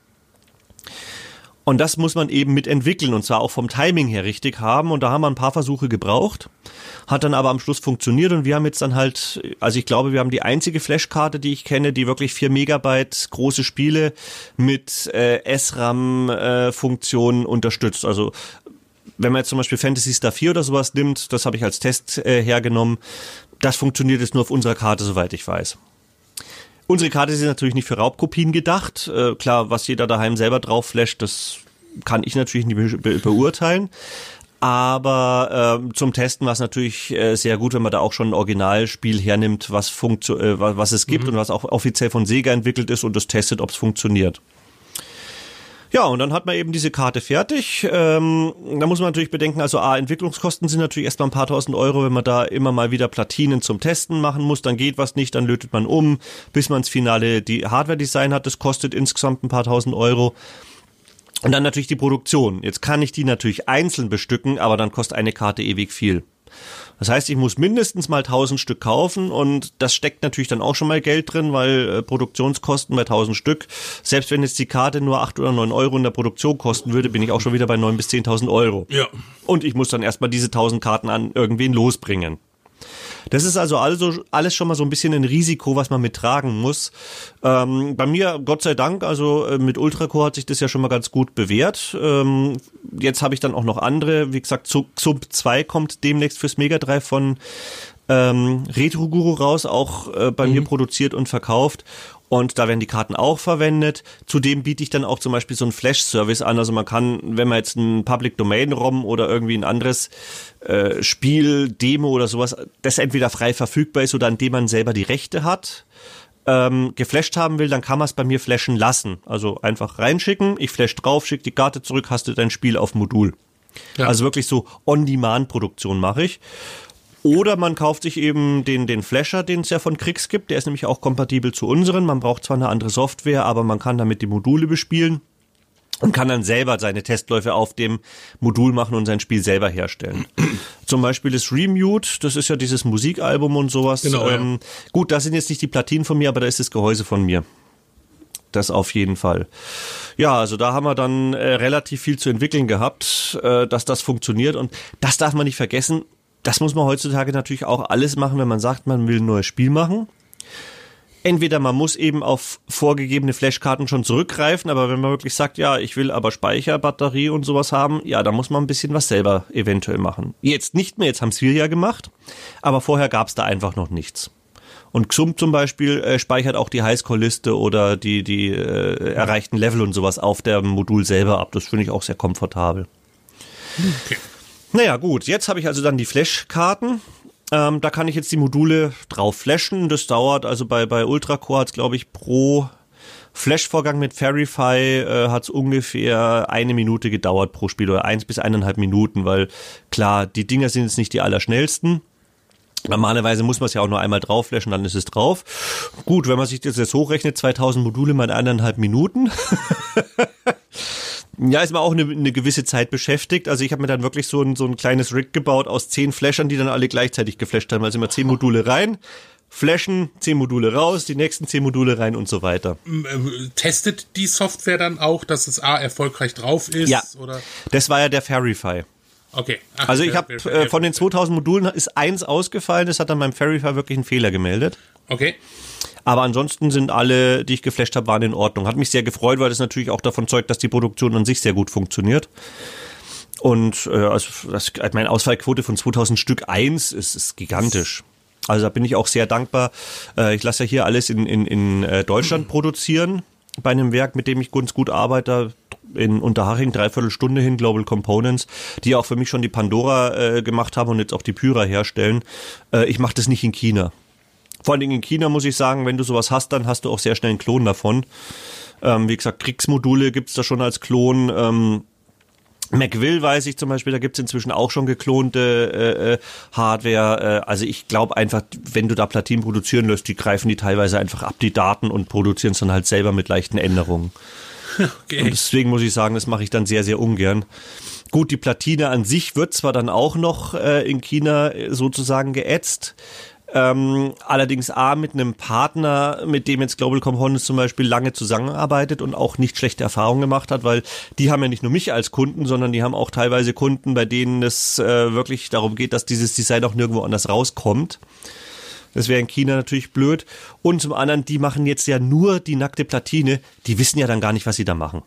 Und das muss man eben mitentwickeln und zwar auch vom Timing her richtig haben und da haben wir ein paar Versuche gebraucht, hat dann aber am Schluss funktioniert und wir haben jetzt dann halt, also ich glaube, wir haben die einzige Flashkarte, die ich kenne, die wirklich vier Megabyte große Spiele mit äh, S RAM-Funktionen äh, unterstützt. Also wenn man jetzt zum Beispiel Phantasy Star vier oder sowas nimmt, das habe ich als Test äh, hergenommen, das funktioniert jetzt nur auf unserer Karte, soweit ich weiß. Unsere Karte ist natürlich nicht für Raubkopien gedacht. Äh, klar, was jeder daheim selber drauf flasht, das kann ich natürlich nicht be- beurteilen. Aber äh, zum Testen war es natürlich äh, sehr gut, wenn man da auch schon ein Originalspiel hernimmt, was, funktio- äh, was es gibt mhm. und was auch offiziell von Sega entwickelt ist und das testet, ob es funktioniert. Ja, und dann hat man eben diese Karte fertig. Ähm, da muss man natürlich bedenken, also A, Entwicklungskosten sind natürlich erstmal ein paar tausend Euro, wenn man da immer mal wieder Platinen zum Testen machen muss, dann geht was nicht, dann lötet man um, bis man das finale die Hardware-Design hat, das kostet insgesamt ein paar tausend Euro. Und dann natürlich die Produktion. Jetzt kann ich die natürlich einzeln bestücken, aber dann kostet eine Karte ewig viel. Das heißt, ich muss mindestens mal tausend Stück kaufen und das steckt natürlich dann auch schon mal Geld drin, weil äh, Produktionskosten bei tausend Stück, selbst wenn jetzt die Karte nur acht oder neun Euro in der Produktion kosten würde, bin ich auch schon wieder bei neun bis zehntausend Euro. Ja. Und ich muss dann erstmal diese tausend Karten an irgendwen losbringen. Das ist also alles, alles schon mal so ein bisschen ein Risiko, was man mittragen muss. Ähm, bei mir, Gott sei Dank, also äh, mit Ultracore hat sich das ja schon mal ganz gut bewährt. Ähm, jetzt habe ich dann auch noch andere. Wie gesagt, Xump zwei kommt demnächst fürs Mega Drive von ähm, Retro Guru raus, auch äh, bei mhm. mir produziert und verkauft. Und da werden die Karten auch verwendet. Zudem biete ich dann auch zum Beispiel so einen Flash-Service an. Also man kann, wenn man jetzt ein Public-Domain-ROM oder irgendwie ein anderes äh, Spiel, Demo oder sowas, das entweder frei verfügbar ist oder an dem man selber die Rechte hat, ähm, geflasht haben will, dann kann man es bei mir flashen lassen. Also einfach reinschicken, ich flash drauf, schick die Karte zurück, hast du dein Spiel auf Modul. Ja. Also wirklich so On-Demand-Produktion mache ich. Oder man kauft sich eben den, den Flasher, den es ja von Krix gibt. Der ist nämlich auch kompatibel zu unseren. Man braucht zwar eine andere Software, aber man kann damit die Module bespielen und kann dann selber seine Testläufe auf dem Modul machen und sein Spiel selber herstellen. Zum Beispiel das Remute, das ist ja dieses Musikalbum und sowas. Genau, ähm, ja. Gut, das sind jetzt nicht die Platinen von mir, aber da ist das Gehäuse von mir. Das auf jeden Fall. Ja, also da haben wir dann äh, relativ viel zu entwickeln gehabt, äh, dass das funktioniert. Und das darf man nicht vergessen. Das muss man heutzutage natürlich auch alles machen, wenn man sagt, man will ein neues Spiel machen. Entweder man muss eben auf vorgegebene Flashkarten schon zurückgreifen, aber wenn man wirklich sagt, ja, ich will aber Speicher, Batterie und sowas haben, ja, da muss man ein bisschen was selber eventuell machen. Jetzt nicht mehr, jetzt haben es wir ja gemacht, aber vorher gab es da einfach noch nichts. Und Xump zum Beispiel äh, speichert auch die Highscore-Liste oder die, die äh, erreichten Level und sowas auf dem Modul selber ab. Das finde ich auch sehr komfortabel. Okay. Naja, gut, jetzt habe ich also dann die Flashkarten. Ähm, da kann ich jetzt die Module drauf flashen. Das dauert also bei, bei Ultracore hat's, glaube ich, pro Flash-Vorgang mit Verify äh, hat's ungefähr eine Minute gedauert pro Spiel oder eins bis eineinhalb Minuten, weil klar, die Dinger sind jetzt nicht die allerschnellsten. Normalerweise muss man es ja auch nur einmal drauf flashen, dann ist es drauf. Gut, wenn man sich das jetzt hochrechnet, zweitausend Module mal eineinhalb Minuten. Ja, ist man auch eine, eine gewisse Zeit beschäftigt. Also ich habe mir dann wirklich so ein, so ein kleines Rig gebaut aus zehn Flashern, die dann alle gleichzeitig geflasht haben. Also immer zehn Module rein, flashen, zehn Module raus, die nächsten zehn Module rein und so weiter. Testet die Software dann auch, dass es A, erfolgreich drauf ist? Ja, oder? Das war ja der Verify. Okay. Ach, also ich habe äh, von den zweitausend Modulen ist eins ausgefallen, das hat dann beim Verify wirklich einen Fehler gemeldet. Okay. Aber ansonsten sind alle, die ich geflasht habe, waren in Ordnung. Hat mich sehr gefreut, weil das natürlich auch davon zeugt, dass die Produktion an sich sehr gut funktioniert. Und äh, also das, meine Ausfallquote von zweitausend Stück eins ist, ist gigantisch. Also da bin ich auch sehr dankbar. Äh, ich lasse ja hier alles in, in, in äh, Deutschland produzieren, bei einem Werk, mit dem ich ganz gut arbeite, in Unterhaching, dreiviertel Stunde hin, Global Components, die auch für mich schon die Pandora äh, gemacht haben und jetzt auch die Pyra herstellen. Äh, ich mache das nicht in China. Vor allen Dingen in China muss ich sagen, wenn du sowas hast, dann hast du auch sehr schnell einen Klon davon. Ähm, wie gesagt, Kriegsmodule gibt's da schon als Klon. Ähm, McVille weiß ich zum Beispiel, da gibt's inzwischen auch schon geklonte äh, Hardware. Äh, also ich glaube einfach, wenn du da Platinen produzieren lässt, die greifen die teilweise einfach ab, die Daten, und produzieren es dann halt selber mit leichten Änderungen. Okay. Und deswegen muss ich sagen, das mache ich dann sehr, sehr ungern. Gut, die Platine an sich wird zwar dann auch noch äh, in China sozusagen geätzt, Ähm, allerdings A, mit einem Partner, mit dem jetzt Global Components zum Beispiel lange zusammenarbeitet und auch nicht schlechte Erfahrungen gemacht hat, weil die haben ja nicht nur mich als Kunden, sondern die haben auch teilweise Kunden, bei denen es äh, wirklich darum geht, dass dieses Design auch nirgendwo anders rauskommt. Das wäre in China natürlich blöd. Und zum anderen, die machen jetzt ja nur die nackte Platine, die wissen ja dann gar nicht, was sie da machen.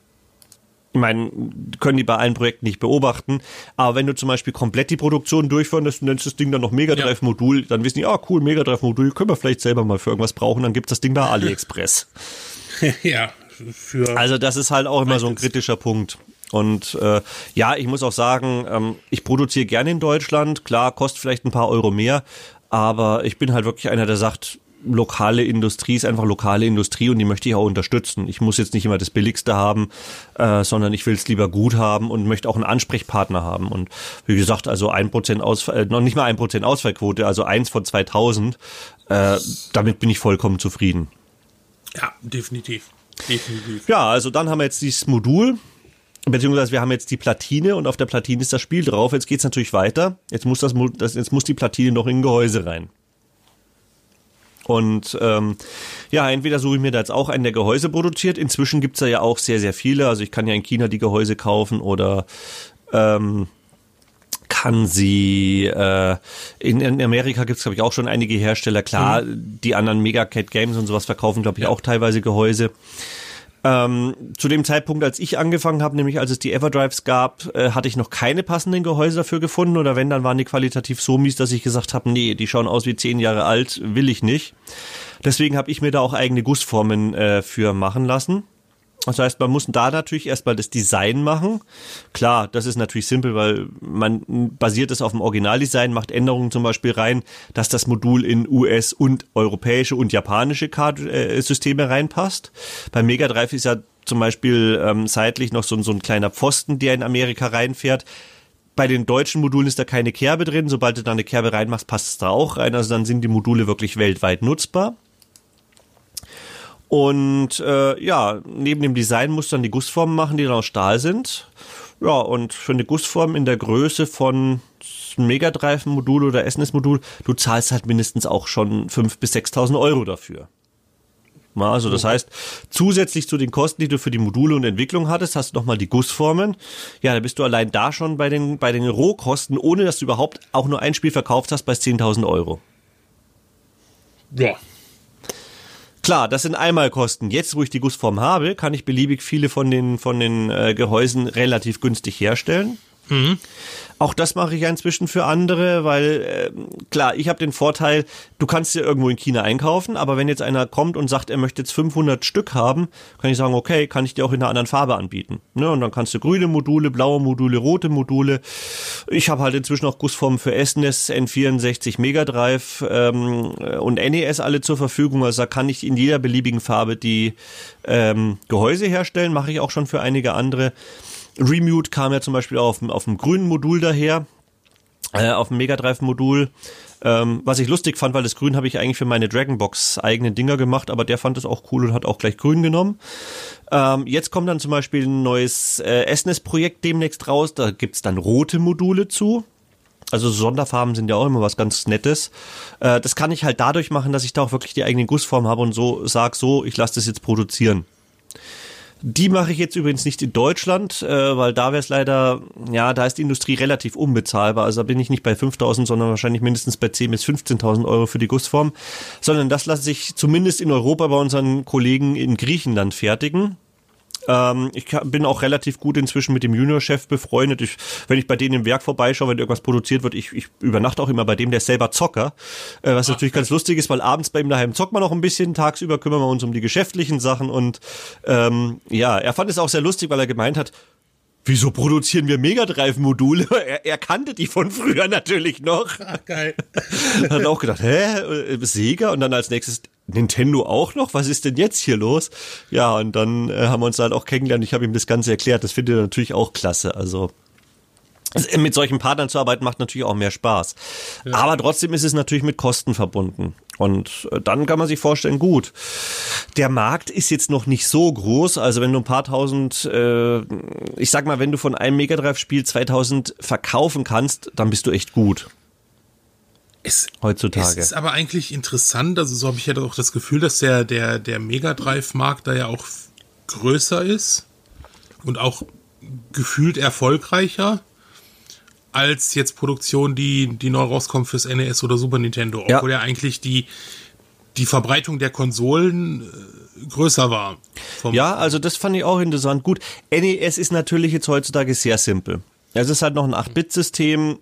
Ich meine, können die bei allen Projekten nicht beobachten, aber wenn du zum Beispiel komplett die Produktion durchführen lässt, du nennst das Ding dann noch Mega Drive Modul, ja. Dann wissen die, ah cool, Mega Drive Modul, können wir vielleicht selber mal für irgendwas brauchen, dann gibt's das Ding bei AliExpress. Ja, für also das ist halt auch immer so ein kritischer Punkt. Und äh, ja, ich muss auch sagen, ähm, ich produziere gerne in Deutschland, klar, kostet vielleicht ein paar Euro mehr, aber ich bin halt wirklich einer, der sagt, lokale Industrie ist einfach lokale Industrie und die möchte ich auch unterstützen. Ich muss jetzt nicht immer das Billigste haben, äh, sondern ich will es lieber gut haben und möchte auch einen Ansprechpartner haben. Und wie gesagt, also ein Prozent Ausfall, äh, noch nicht mal ein Prozent Ausfallquote, also eins von zweitausend, äh, damit bin ich vollkommen zufrieden. Ja, definitiv. Definitiv. Ja, also dann haben wir jetzt dieses Modul, beziehungsweise wir haben jetzt die Platine und auf der Platine ist das Spiel drauf. Jetzt geht's natürlich weiter. Jetzt muss das, das jetzt muss die Platine noch in ein Gehäuse rein. Und ähm, ja, entweder suche ich mir da jetzt auch einen, der Gehäuse produziert. Inzwischen gibt's da ja auch sehr, sehr viele. Also ich kann ja in China die Gehäuse kaufen oder ähm, kann sie, äh, in, in Amerika gibt's glaube ich auch schon einige Hersteller. Klar, mhm. Die anderen Megacat Games und sowas verkaufen glaube ich ja auch teilweise Gehäuse. Ähm, zu dem Zeitpunkt, als ich angefangen habe, nämlich als es die Everdrives gab, äh, hatte ich noch keine passenden Gehäuse dafür gefunden, oder wenn, dann waren die qualitativ so mies, dass ich gesagt habe, nee, die schauen aus wie zehn Jahre alt, will ich nicht. Deswegen habe ich mir da auch eigene Gussformen äh, für machen lassen. Das heißt, man muss da natürlich erstmal das Design machen. Klar, das ist natürlich simpel, weil man basiert es auf dem Originaldesign, macht Änderungen zum Beispiel rein, dass das Modul in U S und europäische und japanische Card-Systeme reinpasst. Beim Mega Drive ist ja zum Beispiel ähm, seitlich noch so, so ein kleiner Pfosten, der in Amerika reinfährt. Bei den deutschen Modulen ist da keine Kerbe drin. Sobald du da eine Kerbe reinmachst, passt es da auch rein. Also dann sind die Module wirklich weltweit nutzbar. Und äh, ja, neben dem Design musst du dann die Gussformen machen, die dann aus Stahl sind. Ja, und für eine Gussform in der Größe von Mega Drive Modul oder S N E S-Modul, du zahlst halt mindestens auch schon fünftausend bis sechstausend Euro dafür. Ja, also das heißt, zusätzlich zu den Kosten, die du für die Module und Entwicklung hattest, hast du nochmal die Gussformen. Ja, da bist du allein da schon bei den, bei den Rohkosten, ohne dass du überhaupt auch nur ein Spiel verkauft hast, bei zehntausend Euro. Ja. Klar, das sind Einmalkosten. Jetzt, wo ich die Gussform habe, kann ich beliebig viele von den von den äh, Gehäusen relativ günstig herstellen. Mhm. Auch das mache ich ja inzwischen für andere, weil äh, klar, ich habe den Vorteil, du kannst sie irgendwo in China einkaufen, aber wenn jetzt einer kommt und sagt, er möchte jetzt fünfhundert Stück haben, kann ich sagen, okay, kann ich dir auch in einer anderen Farbe anbieten. Ne? Und dann kannst du grüne Module, blaue Module, rote Module. Ich habe halt inzwischen auch Gussformen für S N E S, N vierundsechzig, Mega Drive ähm, und N E S alle zur Verfügung. Also da kann ich in jeder beliebigen Farbe die ähm, Gehäuse herstellen, mache ich auch schon für einige andere. Remute kam ja zum Beispiel auf, auf dem grünen Modul daher, äh, auf dem Mega Drive Modul, ähm, was ich lustig fand, weil das Grün habe ich eigentlich für meine Dragonbox eigenen Dinger gemacht, aber der fand das auch cool und hat auch gleich grün genommen. Ähm, jetzt kommt dann zum Beispiel ein neues äh, S N E S-Projekt demnächst raus, da gibt's dann rote Module zu. Also Sonderfarben sind ja auch immer was ganz Nettes. Äh, das kann ich halt dadurch machen, dass ich da auch wirklich die eigene Gussform habe und so sag so, ich lasse das jetzt produzieren. Die mache ich jetzt übrigens nicht in Deutschland, äh, weil da wäre es leider, ja, da ist die Industrie relativ unbezahlbar. Also da bin ich nicht bei fünftausend, sondern wahrscheinlich mindestens bei zehntausend bis fünfzehntausend Euro für die Gussform. Sondern das lasse ich zumindest in Europa bei unseren Kollegen in Griechenland fertigen. Ähm, ich bin auch relativ gut inzwischen mit dem Juniorchef befreundet. Ich, wenn ich bei denen im Werk vorbeischaue, wenn irgendwas produziert wird, ich, ich übernachte auch immer bei dem, der ist selber Zocker. Äh, was Ach, natürlich ganz lustig ist, weil abends bei ihm daheim zockt man noch ein bisschen, tagsüber kümmern wir uns um die geschäftlichen Sachen und ähm, ja, er fand es auch sehr lustig, weil er gemeint hat, wieso produzieren wir Mega Drive Module? Er, er kannte die von früher natürlich noch. Ach, geil. Hat auch gedacht, hä, Sega? Und dann als nächstes Nintendo auch noch? Was ist denn jetzt hier los? Ja, und dann äh, haben wir uns halt auch kennengelernt. Ich habe ihm das Ganze erklärt. Das findet er natürlich auch klasse. Also mit solchen Partnern zu arbeiten macht natürlich auch mehr Spaß. Ja. Aber trotzdem ist es natürlich mit Kosten verbunden. Und dann kann man sich vorstellen, gut, der Markt ist jetzt noch nicht so groß. Also wenn du ein paar tausend, äh, ich sag mal, wenn du von einem Mega Drive-Spiel zweitausend verkaufen kannst, dann bist du echt gut. Es, heutzutage. Es ist aber eigentlich interessant, also so habe ich ja auch das Gefühl, dass der, der, der Mega Drive-Markt da ja auch größer ist und auch gefühlt erfolgreicher als jetzt Produktionen, die, die neu rauskommen fürs N E S oder Super Nintendo, obwohl ja, ja eigentlich die, die Verbreitung der Konsolen äh, größer war. Ja, also das fand ich auch interessant. Gut, N E S ist natürlich jetzt heutzutage sehr simpel. Es ist halt noch ein acht Bit System.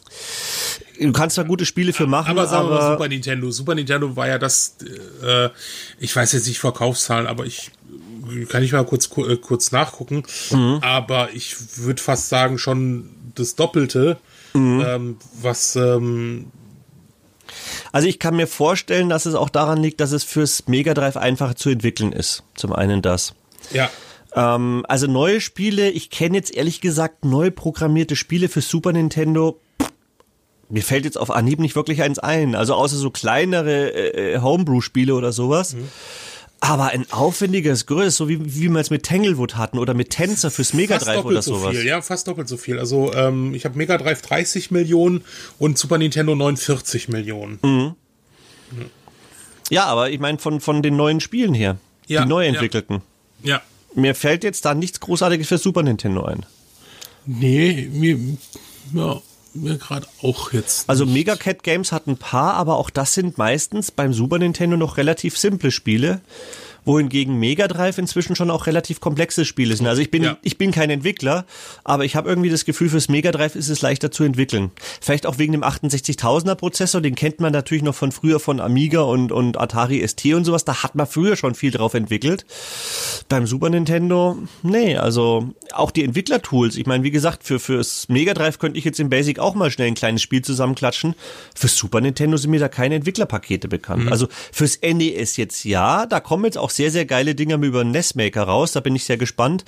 Du kannst da gute Spiele für machen, aber sagen wir aber mal Super Nintendo. Super Nintendo war ja das, äh, ich weiß jetzt nicht Verkaufszahlen, aber ich kann ich mal kurz äh, kurz nachgucken. Mhm. Aber ich würde fast sagen schon das Doppelte, mhm. ähm, was ähm, also ich kann mir vorstellen, dass es auch daran liegt, dass es fürs Mega Drive einfacher zu entwickeln ist. Zum einen das. Ja. Ähm, also neue Spiele, ich kenne jetzt ehrlich gesagt neu programmierte Spiele für Super Nintendo. Mir fällt jetzt auf Anhieb nicht wirklich eins ein. Also außer so kleinere äh, Homebrew-Spiele oder sowas. Mhm. Aber ein aufwendiges, größeres, so wie, wie wir es mit Tanglewood hatten oder mit Tensor fürs Mega Drive oder sowas. So viel, ja, fast doppelt so viel. Also ähm, ich habe Mega Drive dreißig Millionen und Super Nintendo neunundvierzig Millionen. Mhm. Mhm. Ja, aber ich meine von, von den neuen Spielen her, ja, die neu entwickelten. Ja. ja. Mir fällt jetzt da nichts Großartiges für Super Nintendo ein. Nee, mir, ja. Mir gerade auch jetzt. Also Mega Cat Games hat ein paar, aber auch das sind meistens beim Super Nintendo noch relativ simple Spiele, wohingegen Mega Drive inzwischen schon auch relativ komplexe Spiele sind. Also ich bin ja. ich bin kein Entwickler, aber ich habe irgendwie das Gefühl, fürs Mega Drive ist es leichter zu entwickeln. Vielleicht auch wegen dem achtundsechzigtausender Prozessor, den kennt man natürlich noch von früher von Amiga und und Atari S T und sowas, da hat man früher schon viel drauf entwickelt. Beim Super Nintendo, nee, also auch die Entwicklertools, ich meine, wie gesagt, für fürs Mega Drive könnte ich jetzt im Basic auch mal schnell ein kleines Spiel zusammenklatschen. Fürs Super Nintendo sind mir da keine Entwicklerpakete bekannt. Mhm. Also fürs N E S jetzt ja, da kommen jetzt auch sehr, sehr geile Dinger über den N E S-Maker raus, da bin ich sehr gespannt.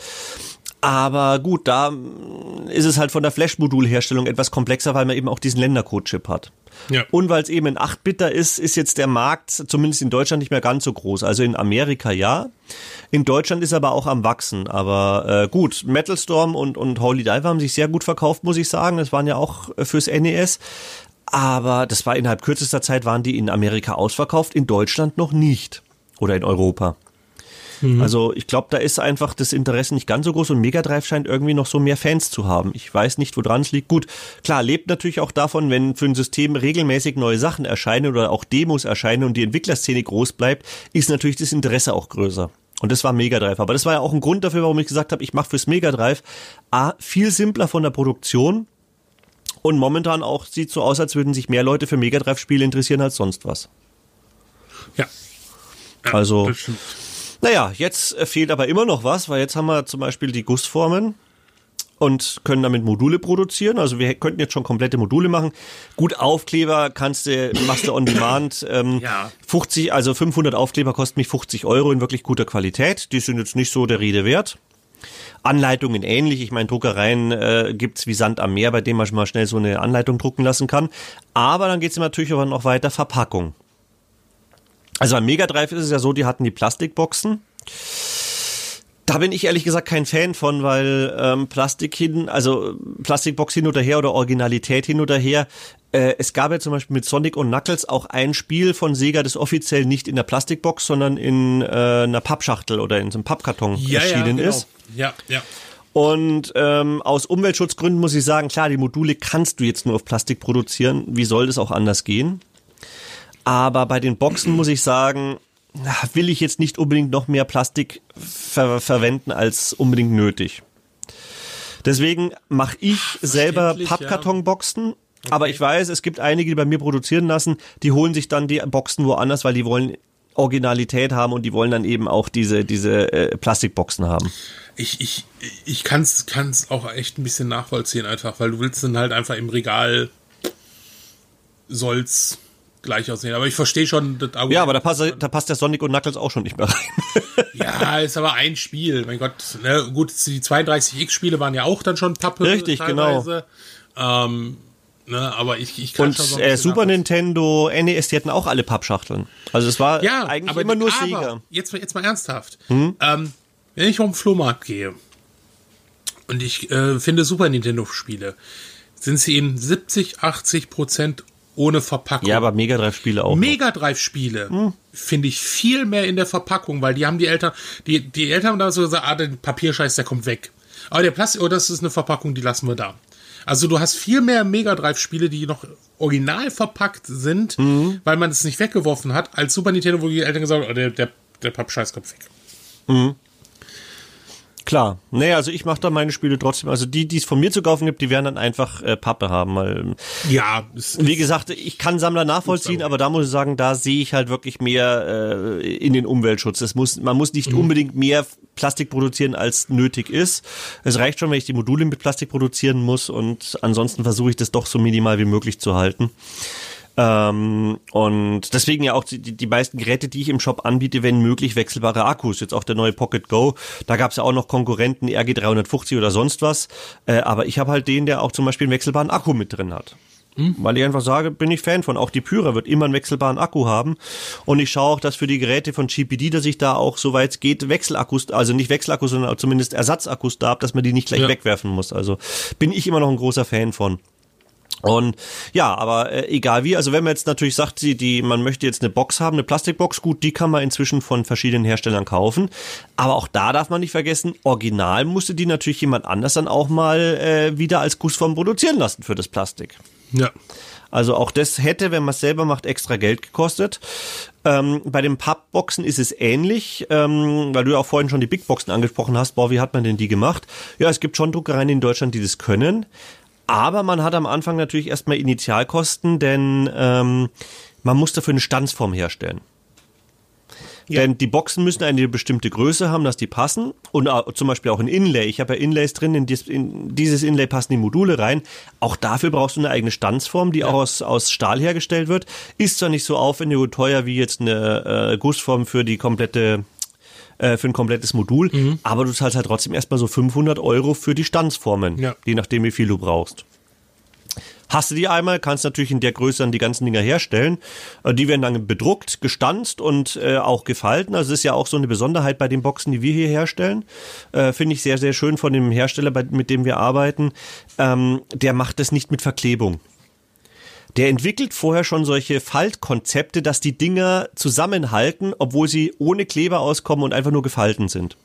Aber gut, da ist es halt von der Flash-Modulherstellung etwas komplexer, weil man eben auch diesen Ländercode-Chip hat. Ja. Und weil es eben ein acht Bitter ist, ist jetzt der Markt zumindest in Deutschland nicht mehr ganz so groß. Also in Amerika ja, in Deutschland ist er aber auch am Wachsen. Aber äh, gut, Metal Storm und, und Holy Diver haben sich sehr gut verkauft, muss ich sagen. Das waren ja auch fürs N E S. Aber das war innerhalb kürzester Zeit, waren die in Amerika ausverkauft, in Deutschland noch nicht. Oder in Europa. Mhm. Also ich glaube, da ist einfach das Interesse nicht ganz so groß und Mega Drive scheint irgendwie noch so mehr Fans zu haben. Ich weiß nicht, woran es liegt. Gut, klar, lebt natürlich auch davon, wenn für ein System regelmäßig neue Sachen erscheinen oder auch Demos erscheinen und die Entwicklerszene groß bleibt, ist natürlich das Interesse auch größer. Und das war Mega Drive. Aber das war ja auch ein Grund dafür, warum ich gesagt habe, ich mache fürs Mega Drive A, viel simpler von der Produktion und momentan auch sieht so aus, als würden sich mehr Leute für Mega Drive Spiele interessieren als sonst was. Ja. ja also naja, jetzt fehlt aber immer noch was, weil jetzt haben wir zum Beispiel die Gussformen und können damit Module produzieren. Also wir könnten jetzt schon komplette Module machen. Gut, Aufkleber kannst du, machst du on demand. Ähm, ja. fünfzig, also fünfhundert Aufkleber kosten mich fünfzig Euro in wirklich guter Qualität. Die sind jetzt nicht so der Rede wert. Anleitungen ähnlich. Ich meine, Druckereien äh, gibt's wie Sand am Meer, bei dem man mal schnell so eine Anleitung drucken lassen kann. Aber dann geht's natürlich aber noch weiter, Verpackung. Also beim Mega Drive ist es ja so, die hatten die Plastikboxen. Da bin ich ehrlich gesagt kein Fan von, weil ähm, Plastik hin, also Plastikbox hin oder her oder Originalität hin oder her. Äh, es gab ja zum Beispiel mit Sonic und Knuckles auch ein Spiel von Sega, das offiziell nicht in der Plastikbox, sondern in äh, einer Pappschachtel oder in so einem Pappkarton ja, erschienen ja, genau. ist. Ja, ja. Und ähm, aus Umweltschutzgründen muss ich sagen, klar, die Module kannst du jetzt nur auf Plastik produzieren. Wie soll das auch anders gehen? Aber bei den Boxen muss ich sagen, will ich jetzt nicht unbedingt noch mehr Plastik ver- verwenden als unbedingt nötig. Deswegen mache ich selber Pappkartonboxen, ja. Okay. Aber ich weiß, es gibt einige, die bei mir produzieren lassen, die holen sich dann die Boxen woanders, weil die wollen Originalität haben und die wollen dann eben auch diese diese äh, Plastikboxen haben. Ich ich ich kann's kann's auch echt ein bisschen nachvollziehen einfach, weil du willst dann halt einfach im Regal soll's gleich aussehen. Aber ich verstehe schon das Argument. Ja, aber da passt, da passt der Sonic und Knuckles auch schon nicht mehr rein. Ja, ist aber ein Spiel. Mein Gott, ne, gut, die zweiunddreißig X-Spiele waren ja auch dann schon Pappe. Richtig, teilweise. Genau. Ähm, ne, aber ich, ich kann und schon so äh, Super Nintendo, N E S, die hatten auch alle Pappschachteln. Also es war ja, eigentlich aber, immer nur aber, Sega. Jetzt, jetzt mal ernsthaft. Hm? Ähm, wenn ich auf den Flohmarkt gehe und ich äh, finde Super Nintendo-Spiele, sind sie in siebzig, achtzig Prozent ohne Verpackung. Ja, aber Mega Drive-Spiele auch. Mega Drive-Spiele hm. finde ich viel mehr in der Verpackung, weil die haben die Eltern, die, die Eltern haben da so gesagt, ah, der Papierscheiß, der kommt weg. Aber der Plastik, oh, das ist eine Verpackung, die lassen wir da. Also du hast viel mehr Mega Drive-Spiele, die noch original verpackt sind, mhm. weil man es nicht weggeworfen hat, als Super Nintendo, wo die Eltern gesagt haben, oh, der, der, der Pappscheiß kommt weg. Mhm. Klar. Nee, also ich mache da meine Spiele trotzdem. Also die, die es von mir zu kaufen gibt, die werden dann einfach äh, Pappe haben. Weil, ja. Wie gesagt, ich kann Sammler nachvollziehen, aber da muss ich sagen, da sehe ich halt wirklich mehr äh, in den Umweltschutz. Es muss, man muss nicht mhm. unbedingt mehr Plastik produzieren, als nötig ist. Es reicht schon, wenn ich die Module mit Plastik produzieren muss und ansonsten versuche ich das doch so minimal wie möglich zu halten. Ähm, und deswegen ja auch die, die meisten Geräte, die ich im Shop anbiete, wenn möglich wechselbare Akkus. Jetzt auch der neue Pocket Go, da gab es ja auch noch Konkurrenten, R G dreihundertfünfzig oder sonst was. Äh, aber ich habe halt den, der auch zum Beispiel einen wechselbaren Akku mit drin hat. Mhm. Weil ich einfach sage, bin ich Fan von. Auch die Pyra wird immer einen wechselbaren Akku haben. Und ich schaue auch, dass für die Geräte von G P D, dass ich da auch, soweit es geht, Wechselakkus, also nicht Wechselakkus, sondern zumindest Ersatzakkus da habe, dass man die nicht gleich ja. wegwerfen muss. Also bin ich immer noch ein großer Fan von. Und ja, aber äh, egal wie, also wenn man jetzt natürlich sagt, die, die, man möchte jetzt eine Box haben, eine Plastikbox, gut, die kann man inzwischen von verschiedenen Herstellern kaufen, aber auch da darf man nicht vergessen, original musste die natürlich jemand anders dann auch mal äh, wieder als Gussform produzieren lassen für das Plastik. Ja. Also auch das hätte, wenn man es selber macht, extra Geld gekostet. Ähm, bei den Pappboxen ist es ähnlich, ähm, weil du ja auch vorhin schon die Big Boxen angesprochen hast. Boah, wie hat man denn die gemacht? Ja, es gibt schon Druckereien in Deutschland, die das können. Aber man hat am Anfang natürlich erstmal Initialkosten, denn ähm, man muss dafür eine Stanzform herstellen. Ja. Denn die Boxen müssen eine bestimmte Größe haben, dass die passen. Und äh, zum Beispiel auch ein Inlay. Ich habe ja Inlays drin, in, dies, in dieses Inlay passen die Module rein. Auch dafür brauchst du eine eigene Stanzform, die ja. auch aus, aus Stahl hergestellt wird. Ist zwar nicht so aufwendig und teuer wie jetzt eine äh, Gussform für die komplette für ein komplettes Modul, mhm. aber du zahlst halt trotzdem erstmal so fünfhundert Euro für die Stanzformen, ja. je nachdem wie viel du brauchst. Hast du die einmal, kannst natürlich in der Größe dann die ganzen Dinger herstellen. Die werden dann bedruckt, gestanzt und äh, auch gefalten. Also das ist ja auch so eine Besonderheit bei den Boxen, die wir hier herstellen. Äh, finde ich sehr, sehr schön von dem Hersteller, bei, mit dem wir arbeiten. Ähm, der macht das nicht mit Verklebung. Der entwickelt vorher schon solche Faltkonzepte, dass die Dinger zusammenhalten, obwohl sie ohne Kleber auskommen und einfach nur gefalten sind.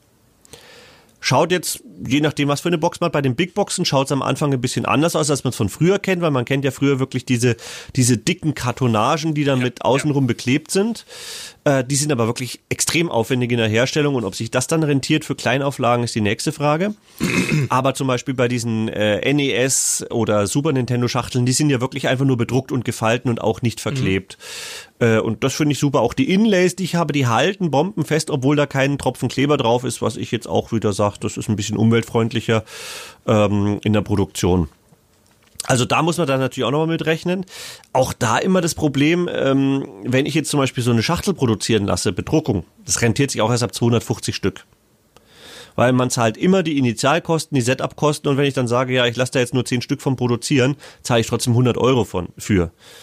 Schaut jetzt, je nachdem, was für eine Box man hat, bei den Big Boxen schaut es am Anfang ein bisschen anders aus, als man es von früher kennt, weil man kennt ja früher wirklich diese, diese dicken Kartonagen, die dann ja, mit außenrum ja. beklebt sind. Äh, die sind aber wirklich extrem aufwendig in der Herstellung und ob sich das dann rentiert für Kleinauflagen, ist die nächste Frage. Aber zum Beispiel bei diesen äh, N E S oder Super Nintendo Schachteln, die sind ja wirklich einfach nur bedruckt und gefalten und auch nicht verklebt. Mhm. Äh, und das finde ich super. Auch die Inlays, die ich habe, die halten bombenfest, obwohl da kein Tropfen Kleber drauf ist, was ich jetzt auch wieder sage, das ist ein bisschen umweltfreundlicher ähm, in der Produktion. Also da muss man dann natürlich auch nochmal mit rechnen. Auch da immer das Problem, ähm, wenn ich jetzt zum Beispiel so eine Schachtel produzieren lasse, Bedruckung, das rentiert sich auch erst ab zweihundertfünfzig Stück. Weil man zahlt immer die Initialkosten, die Setup-Kosten und wenn ich dann sage, ja, ich lasse da jetzt nur zehn Stück von produzieren, zahle ich trotzdem hundert Euro von für.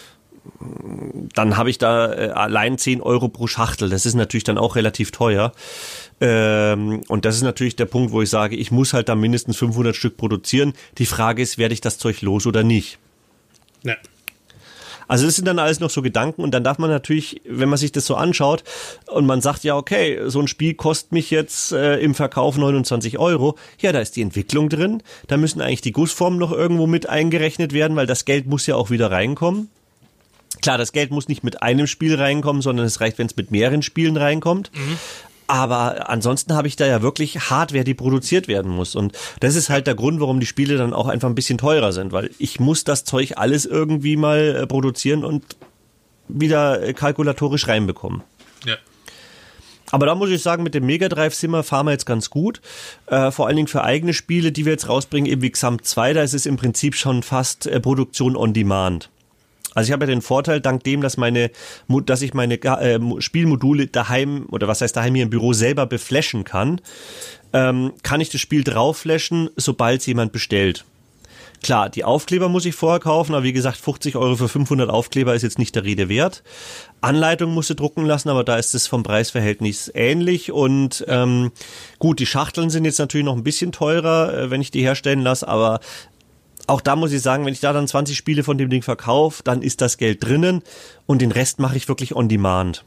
dann habe ich da äh, allein zehn Euro pro Schachtel. Das ist natürlich dann auch relativ teuer. Ähm, und das ist natürlich der Punkt, wo ich sage, ich muss halt da mindestens fünfhundert Stück produzieren. Die Frage ist, werde ich das Zeug los oder nicht? Ja. Also das sind dann alles noch so Gedanken und dann darf man natürlich, wenn man sich das so anschaut und man sagt, ja okay, so ein Spiel kostet mich jetzt äh, im Verkauf neunundzwanzig Euro, ja, da ist die Entwicklung drin, da müssen eigentlich die Gussformen noch irgendwo mit eingerechnet werden, weil das Geld muss ja auch wieder reinkommen. Klar, das Geld muss nicht mit einem Spiel reinkommen, sondern es reicht, wenn es mit mehreren Spielen reinkommt. Mhm. Aber ansonsten habe ich da ja wirklich Hardware, die produziert werden muss. Und das ist halt der Grund, warum die Spiele dann auch einfach ein bisschen teurer sind. Weil ich muss das Zeug alles irgendwie mal produzieren und wieder kalkulatorisch reinbekommen. Ja. Aber da muss ich sagen, mit dem Mega Drive Simmer fahren wir jetzt ganz gut. Äh, vor allen Dingen für eigene Spiele, die wir jetzt rausbringen, eben wie Xamp zwei, da ist es im Prinzip schon fast äh, Produktion on Demand. Also ich habe ja den Vorteil, dank dem, dass meine, dass ich meine äh, Spielmodule daheim, oder was heißt daheim hier im Büro selber beflashen kann, ähm, kann ich das Spiel draufflashen, sobald es jemand bestellt. Klar, die Aufkleber muss ich vorher kaufen, aber wie gesagt, fünfzig Euro für fünfhundert Aufkleber ist jetzt nicht der Rede wert. Anleitung musst du drucken lassen, aber da ist es vom Preisverhältnis ähnlich und ähm, gut, die Schachteln sind jetzt natürlich noch ein bisschen teurer, äh, wenn ich die herstellen lasse, aber auch da muss ich sagen, wenn ich da dann zwanzig Spiele von dem Ding verkaufe, dann ist das Geld drinnen und den Rest mache ich wirklich on demand.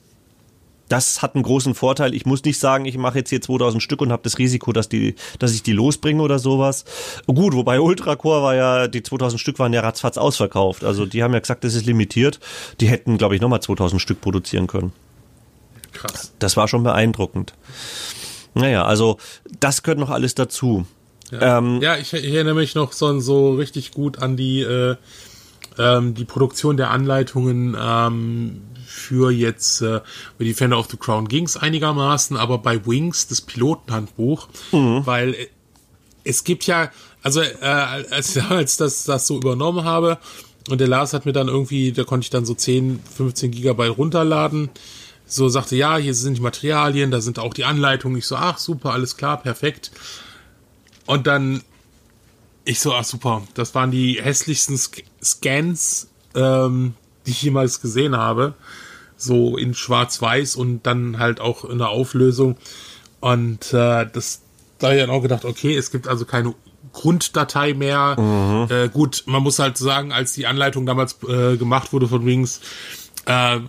Das hat einen großen Vorteil. Ich muss nicht sagen, ich mache jetzt hier zweitausend Stück und habe das Risiko, dass die, dass ich die losbringe oder sowas. Gut, wobei Ultracore war ja, die zweitausend Stück waren ja ratzfatz ausverkauft. Also die haben ja gesagt, das ist limitiert. Die hätten, glaube ich, nochmal zweitausend Stück produzieren können. Krass. Das war schon beeindruckend. Naja, also das gehört noch alles dazu. Ja, ähm, ja ich, ich erinnere mich noch so, so richtig gut an die, äh, ähm, die Produktion der Anleitungen ähm, für jetzt äh, bei Defender of the Crown ging es einigermaßen, aber bei Wings, das Pilotenhandbuch, mhm. weil äh, es gibt ja, also äh, als ich damals das, das so übernommen habe und der Lars hat mir dann irgendwie, da konnte ich dann so zehn, fünfzehn Gigabyte runterladen, so sagte, ja, hier sind die Materialien, da sind auch die Anleitungen. Ich so, ach super, alles klar, perfekt. Und dann, ich so, ach super, das waren die hässlichsten Sk- Scans, ähm, die ich jemals gesehen habe. So in schwarz-weiß und dann halt auch in der Auflösung. Und äh, das, da habe ich dann auch gedacht, okay, es gibt also keine Grunddatei mehr. Mhm. Äh, gut, man muss halt sagen, als die Anleitung damals äh, gemacht wurde von Wings, äh,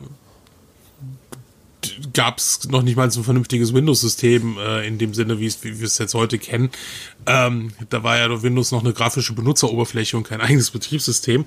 gab es noch nicht mal so ein vernünftiges Windows-System äh, in dem Sinne, wie wir es jetzt heute kennen. Ähm, da war ja Windows noch eine grafische Benutzeroberfläche und kein eigenes Betriebssystem.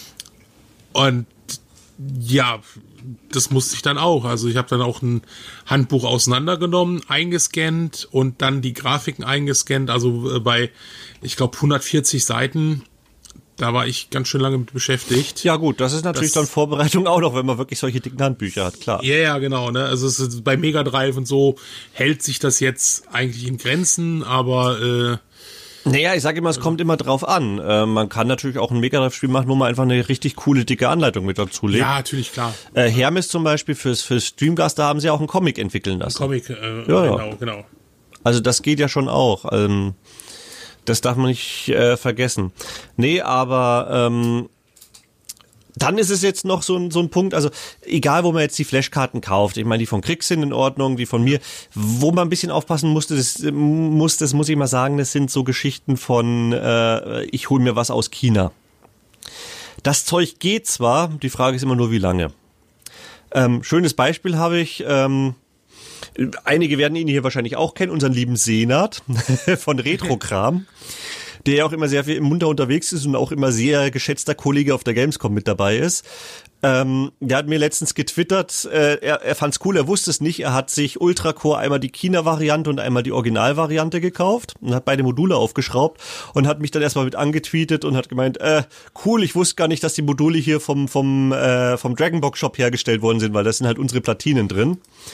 Und ja, das musste ich dann auch. Also ich habe dann auch ein Handbuch auseinandergenommen, eingescannt und dann die Grafiken eingescannt. Also äh, bei, ich glaube, hundertvierzig Seiten. Da war ich ganz schön lange mit beschäftigt. Ja gut, das ist natürlich das, dann Vorbereitung auch noch, wenn man wirklich solche dicken Handbücher hat, klar. Ja, ja, genau. Ne? Also es ist, bei Mega Drive und so hält sich das jetzt eigentlich in Grenzen, aber äh, naja, ich sage immer, es kommt immer drauf an. Äh, man kann natürlich auch ein Mega Drive-Spiel machen, wo man einfach eine richtig coole, dicke Anleitung mit dazu legt. Ja, natürlich, klar. Äh, Hermes zum Beispiel fürs, fürs Dreamcast, da haben sie auch einen Comic entwickeln lassen. Ein Comic, äh, ja, genau, ja. genau. Also das geht ja schon auch. Ähm, Das darf man nicht äh, vergessen. Nee, aber ähm, dann ist es jetzt noch so ein, so ein Punkt, also egal, wo man jetzt die Flashkarten kauft, ich meine, die von Kriegs sind in Ordnung, die von mir, wo man ein bisschen aufpassen musste, das muss, das muss ich mal sagen, das sind so Geschichten von, äh, ich hole mir was aus China. Das Zeug geht zwar, die Frage ist immer nur, wie lange. Ähm, schönes Beispiel habe ich, ähm, einige werden ihn hier wahrscheinlich auch kennen, unseren lieben Senat von Retrokram, der ja auch immer sehr viel im Munter unterwegs ist und auch immer sehr geschätzter Kollege auf der Gamescom mit dabei ist. Ähm, der hat mir letztens getwittert, äh, er, er fand's cool, er wusste es nicht, er hat sich Ultracore einmal die China-Variante und einmal die Original-Variante gekauft und hat beide Module aufgeschraubt und hat mich dann erstmal mit angetweetet und hat gemeint, äh, cool, ich wusste gar nicht, dass die Module hier vom, vom, äh, vom Dragonbox Shop hergestellt worden sind, weil das sind halt unsere Platinen drin.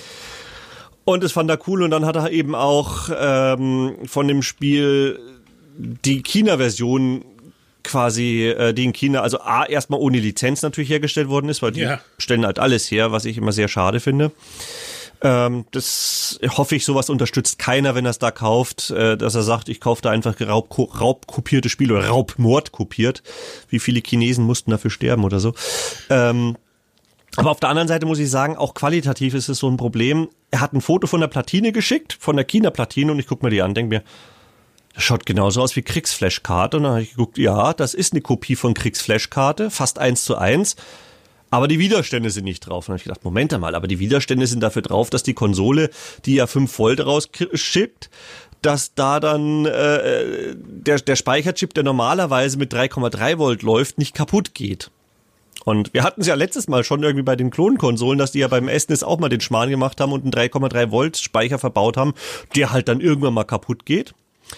Und es fand er cool und dann hat er eben auch ähm, von dem Spiel die China-Version quasi, äh, die in China, also A, erstmal ohne Lizenz natürlich hergestellt worden ist, weil die ja. stellen halt alles her, was ich immer sehr schade finde. Ähm, das hoffe ich, sowas unterstützt keiner, wenn er es da kauft, äh, dass er sagt, ich kaufe da einfach raub, raubkopierte Spiele oder Raubmord kopiert. Wie viele Chinesen mussten dafür sterben oder so. Ähm, aber auf der anderen Seite muss ich sagen, auch qualitativ ist es so ein Problem. Er hat ein Foto von der Platine geschickt, von der China-Platine, und ich gucke mir die an, denke mir, das schaut genauso aus wie Kriegsflashkarte. Und dann habe ich geguckt, ja, das ist eine Kopie von Kriegsflashkarte, fast eins zu eins. Aber die Widerstände sind nicht drauf. Und dann habe ich gedacht, Moment mal, aber die Widerstände sind dafür drauf, dass die Konsole, die ja fünf Volt rausschickt, dass da dann äh, der, der Speicherchip, der normalerweise mit drei Komma drei Volt läuft, nicht kaputt geht. Und wir hatten es ja letztes Mal schon irgendwie bei den Klonkonsolen, dass die ja beim S N E S auch mal den Schmarrn gemacht haben und einen drei Komma drei Volt Speicher verbaut haben, der halt dann irgendwann mal kaputt geht.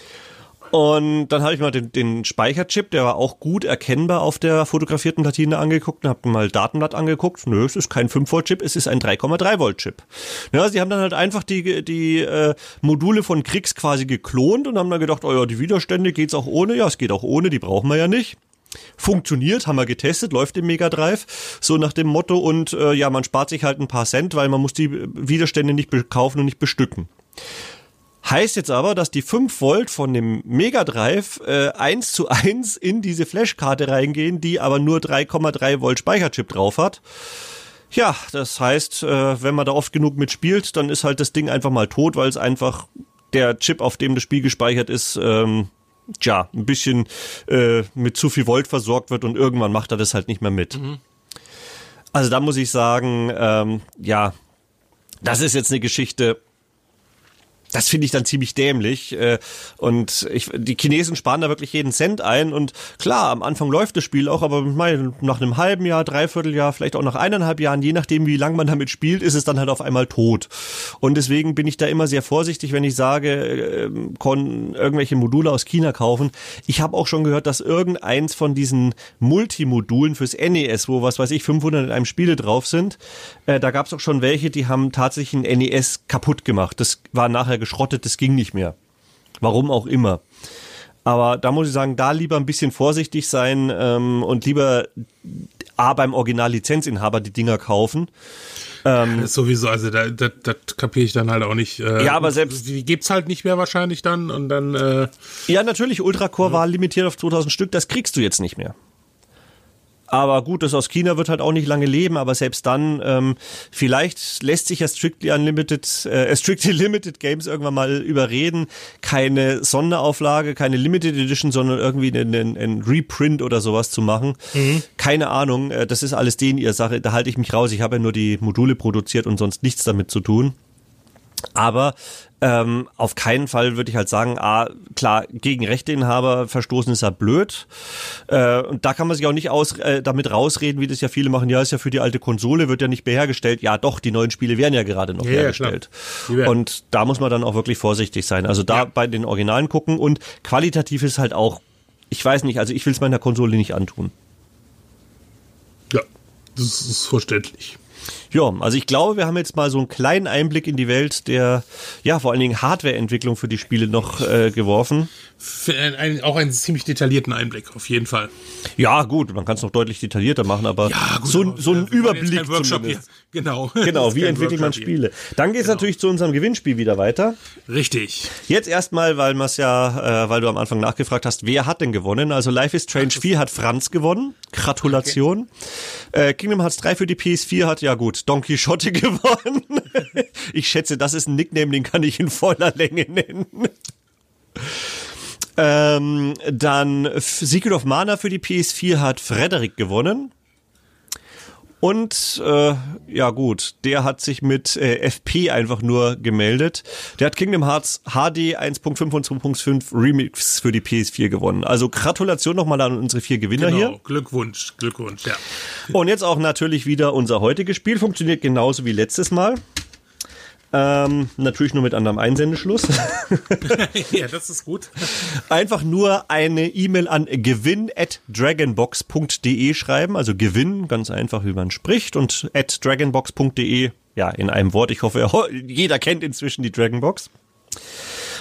Und dann habe ich mal den, den Speicherchip, der war auch gut erkennbar auf der fotografierten Platine angeguckt und habe mal Datenblatt angeguckt. Nö, es ist kein fünf Volt Chip, es ist ein drei Komma drei Volt Chip. Ja, sie haben dann halt einfach die, die äh, Module von Kriegs quasi geklont und haben dann gedacht, oh ja, die Widerstände geht's auch ohne. Ja, es geht auch ohne, die brauchen wir ja nicht. Funktioniert, haben wir getestet, läuft im Mega Drive, so nach dem Motto. Und äh, ja, man spart sich halt ein paar Cent, weil man muss die Widerstände nicht kaufen und nicht bestücken. Heißt jetzt aber, dass die fünf Volt von dem Mega Drive äh, eins zu eins in diese Flashkarte reingehen, die aber nur drei Komma drei Volt Speicherchip drauf hat. Ja, das heißt, äh, wenn man da oft genug mitspielt, dann ist halt das Ding einfach mal tot, weil es einfach der Chip, auf dem das Spiel gespeichert ist, ähm, tja, ein bisschen äh, mit zu viel Volt versorgt wird und irgendwann macht er das halt nicht mehr mit. Mhm. Also da muss ich sagen, ähm, ja, das ist jetzt eine Geschichte. Das finde ich dann ziemlich dämlich und ich, die Chinesen sparen da wirklich jeden Cent ein und klar, am Anfang läuft das Spiel auch, aber nach einem halben Jahr, Dreivierteljahr, vielleicht auch nach eineinhalb Jahren, je nachdem wie lange man damit spielt, ist es dann halt auf einmal tot. Und deswegen bin ich da immer sehr vorsichtig, wenn ich sage, kon irgendwelche Module aus China kaufen. Ich habe auch schon gehört, dass irgendeins von diesen Multimodulen fürs N E S, wo was weiß ich, fünfhundert in einem Spiele drauf sind, äh, da gab es auch schon welche, die haben tatsächlich ein N E S kaputt gemacht. Das war nachher geschrottet, das ging nicht mehr. Warum auch immer. Aber da muss ich sagen, da lieber ein bisschen vorsichtig sein ähm, und lieber A, beim Original-Lizenzinhaber die Dinger kaufen. Ähm, das sowieso, also da, das, das kapiere ich dann halt auch nicht. Äh, ja, aber selbst... Die gibt's halt nicht mehr wahrscheinlich dann und dann... Äh, ja, natürlich, Ultracore ja. war limitiert auf zweitausend Stück, das kriegst du jetzt nicht mehr. Aber gut, das aus China wird halt auch nicht lange leben, aber selbst dann, ähm, vielleicht lässt sich ja Strictly Unlimited, äh, Strictly Limited Games irgendwann mal überreden, keine Sonderauflage, keine Limited Edition, sondern irgendwie einen, einen, einen Reprint oder sowas zu machen. Mhm. Keine Ahnung, äh, das ist alles denen ihre Sache, da halte ich mich raus, ich habe ja nur die Module produziert und sonst nichts damit zu tun. Aber ähm, auf keinen Fall würde ich halt sagen, ah, klar, gegen Rechteinhaber verstoßen ist ja blöd. Äh, und da kann man sich auch nicht aus, äh, damit rausreden, wie das ja viele machen. Ja, ist ja für die alte Konsole, wird ja nicht mehr hergestellt. Ja doch, die neuen Spiele werden ja gerade noch ja, hergestellt. Ja, und da muss man dann auch wirklich vorsichtig sein. Also da ja. bei den Originalen gucken und qualitativ ist halt auch, ich weiß nicht, also ich will es meiner Konsole nicht antun. Ja, das ist verständlich. Ja, also ich glaube, wir haben jetzt mal so einen kleinen Einblick in die Welt der, ja, vor allen Dingen Hardware-Entwicklung für die Spiele noch äh, geworfen. Für ein, ein, auch einen ziemlich detaillierten Einblick, auf jeden Fall. Ja, gut, man kann es noch deutlich detaillierter machen, aber ja, gut, so, aber so ein Überblick zumindest. Hier. Genau. Genau, wie entwickelt man Spiele. Dann geht es genau. natürlich zu unserem Gewinnspiel wieder weiter. Richtig. Jetzt erstmal, weil man es ja, äh, weil du am Anfang nachgefragt hast, wer hat denn gewonnen? Also Life is Strange Ach, vier hat Franz gewonnen. Gratulation. Okay. Äh, Kingdom Hearts drei für die P S vier hat, ja gut, Don Quixote gewonnen. Ich schätze, das ist ein Nickname, den kann ich in voller Länge nennen. Ähm, dann Secret of Mana für die P S vier hat Frederik gewonnen. Und, äh, ja gut, der hat sich mit äh, F P einfach nur gemeldet. Der hat Kingdom Hearts H D eins Punkt fünf und zwei Punkt fünf Remix für die P S vier gewonnen. Also Gratulation nochmal an unsere vier Gewinner genau, hier. Glückwunsch, Glückwunsch, ja. Und jetzt auch natürlich wieder unser heutiges Spiel. Funktioniert genauso wie letztes Mal. Ähm, natürlich nur mit anderem Einsendeschluss. Ja, das ist gut. Einfach nur eine E-Mail an gewinn at dragonbox punkt de schreiben, also Gewinn, ganz einfach, wie man spricht, und at dragonbox punkt de, ja, in einem Wort. Ich hoffe, jeder kennt inzwischen die Dragonbox.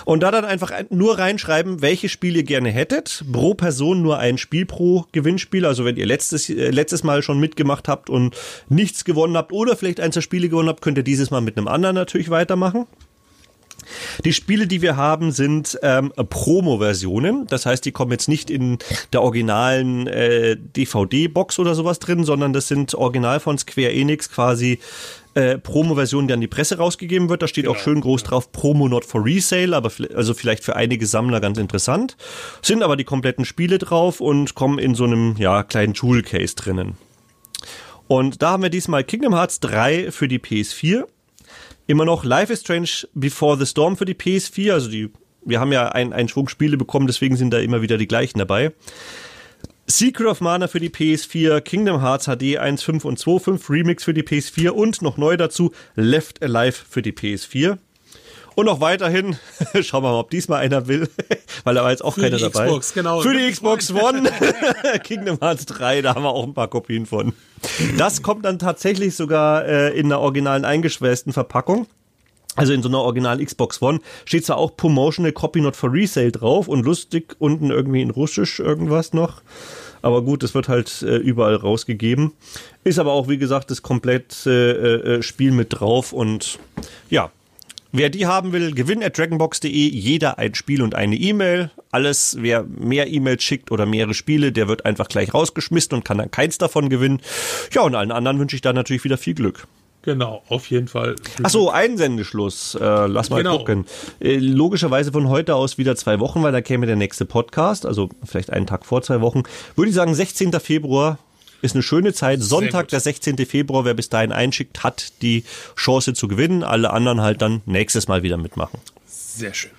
Und da dann einfach nur reinschreiben, welche Spiele ihr gerne hättet. Pro Person nur ein Spiel pro Gewinnspiel. Also wenn ihr letztes, äh, letztes Mal schon mitgemacht habt und nichts gewonnen habt oder vielleicht eins der Spiele gewonnen habt, könnt ihr dieses Mal mit einem anderen natürlich weitermachen. Die Spiele, die wir haben, sind ähm, Promo-Versionen. Das heißt, die kommen jetzt nicht in der originalen äh, D V D-Box oder sowas drin, sondern das sind original von Square Enix quasi äh, Promo-Versionen, die an die Presse rausgegeben wird. Da steht genau, auch schön groß drauf, Promo not for resale, aber also vielleicht für einige Sammler ganz interessant. Sind aber die kompletten Spiele drauf und kommen in so einem ja kleinen Jewel-Case drinnen. Und da haben wir diesmal Kingdom Hearts drei für die P S vier. Immer noch Life is Strange Before the Storm für die P S vier, also die, wir haben ja ein, einen Schwung Spiele bekommen, deswegen sind da immer wieder die gleichen dabei. Secret of Mana für die P S vier, Kingdom Hearts H D eins Punkt fünf und zwei Punkt fünf Remix für die P S vier und noch neu dazu Left Alive für die P S vier. Und noch weiterhin, schauen wir mal, ob diesmal einer will, weil da war jetzt auch für keiner die dabei. Xbox, genau. Für die Xbox One, Kingdom Hearts drei, da haben wir auch ein paar Kopien von. Das kommt dann tatsächlich sogar äh, in einer originalen eingeschweißten Verpackung. Also in so einer originalen Xbox One steht zwar auch Promotional Copy Not for Resale drauf und lustig unten irgendwie in Russisch irgendwas noch. Aber gut, das wird halt äh, überall rausgegeben. Ist aber auch, wie gesagt, das komplette äh, Spiel mit drauf und ja. Wer die haben will, gewinn at dragonbox punkt de, jeder ein Spiel und eine E-Mail. Alles, wer mehr E-Mails schickt oder mehrere Spiele, der wird einfach gleich rausgeschmissen und kann dann keins davon gewinnen. Ja, und allen anderen wünsche ich dann natürlich wieder viel Glück. Genau, auf jeden Fall. Ach so, Einsendeschluss. Äh, lass mal genau. gucken. Äh, logischerweise von heute aus wieder zwei Wochen, weil da käme der nächste Podcast, also vielleicht einen Tag vor zwei Wochen. Würde ich sagen, sechzehnter Februar. Ist eine schöne Zeit. Sonntag, der sechzehnte Februar, wer bis dahin einschickt, hat die Chance zu gewinnen. Alle anderen halt dann nächstes Mal wieder mitmachen. Sehr schön.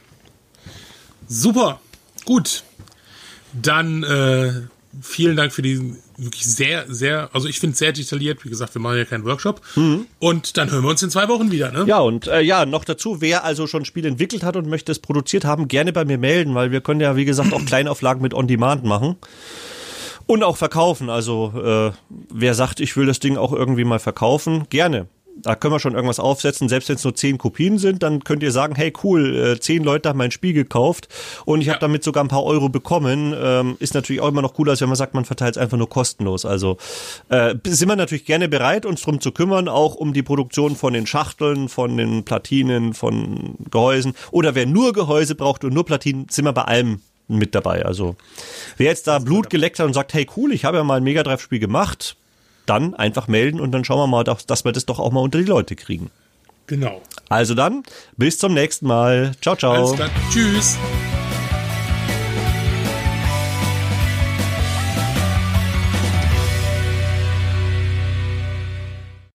Super. Gut. Dann äh, vielen Dank für diesen wirklich sehr, sehr, also ich finde es sehr detailliert. Wie gesagt, wir machen ja keinen Workshop. Mhm. Und dann hören wir uns in zwei Wochen wieder, ne? Ja, und äh, ja, noch dazu, wer also schon Spiele entwickelt hat und möchte es produziert haben, gerne bei mir melden, weil wir können ja, wie gesagt, auch Kleinauflagen mit On-Demand machen. Und auch verkaufen, also äh, wer sagt, ich will das Ding auch irgendwie mal verkaufen, gerne. Da können wir schon irgendwas aufsetzen, selbst wenn es nur zehn Kopien sind, dann könnt ihr sagen, hey cool, äh, zehn Leute haben mein Spiel gekauft und ich ja. habe damit sogar ein paar Euro bekommen. Ähm, ist natürlich auch immer noch cooler, als wenn man sagt, man verteilt es einfach nur kostenlos. Also äh, sind wir natürlich gerne bereit, uns drum zu kümmern, auch um die Produktion von den Schachteln, von den Platinen, von Gehäusen. Oder wer nur Gehäuse braucht und nur Platinen, sind wir bei allem mit dabei. Also wer jetzt da Blut geleckt hat und sagt, hey cool, ich habe ja mal ein Mega Drive Spiel gemacht, dann einfach melden und dann schauen wir mal, dass wir das doch auch mal unter die Leute kriegen. Genau. Also dann, bis zum nächsten Mal. Ciao, ciao. Alles klar. Tschüss.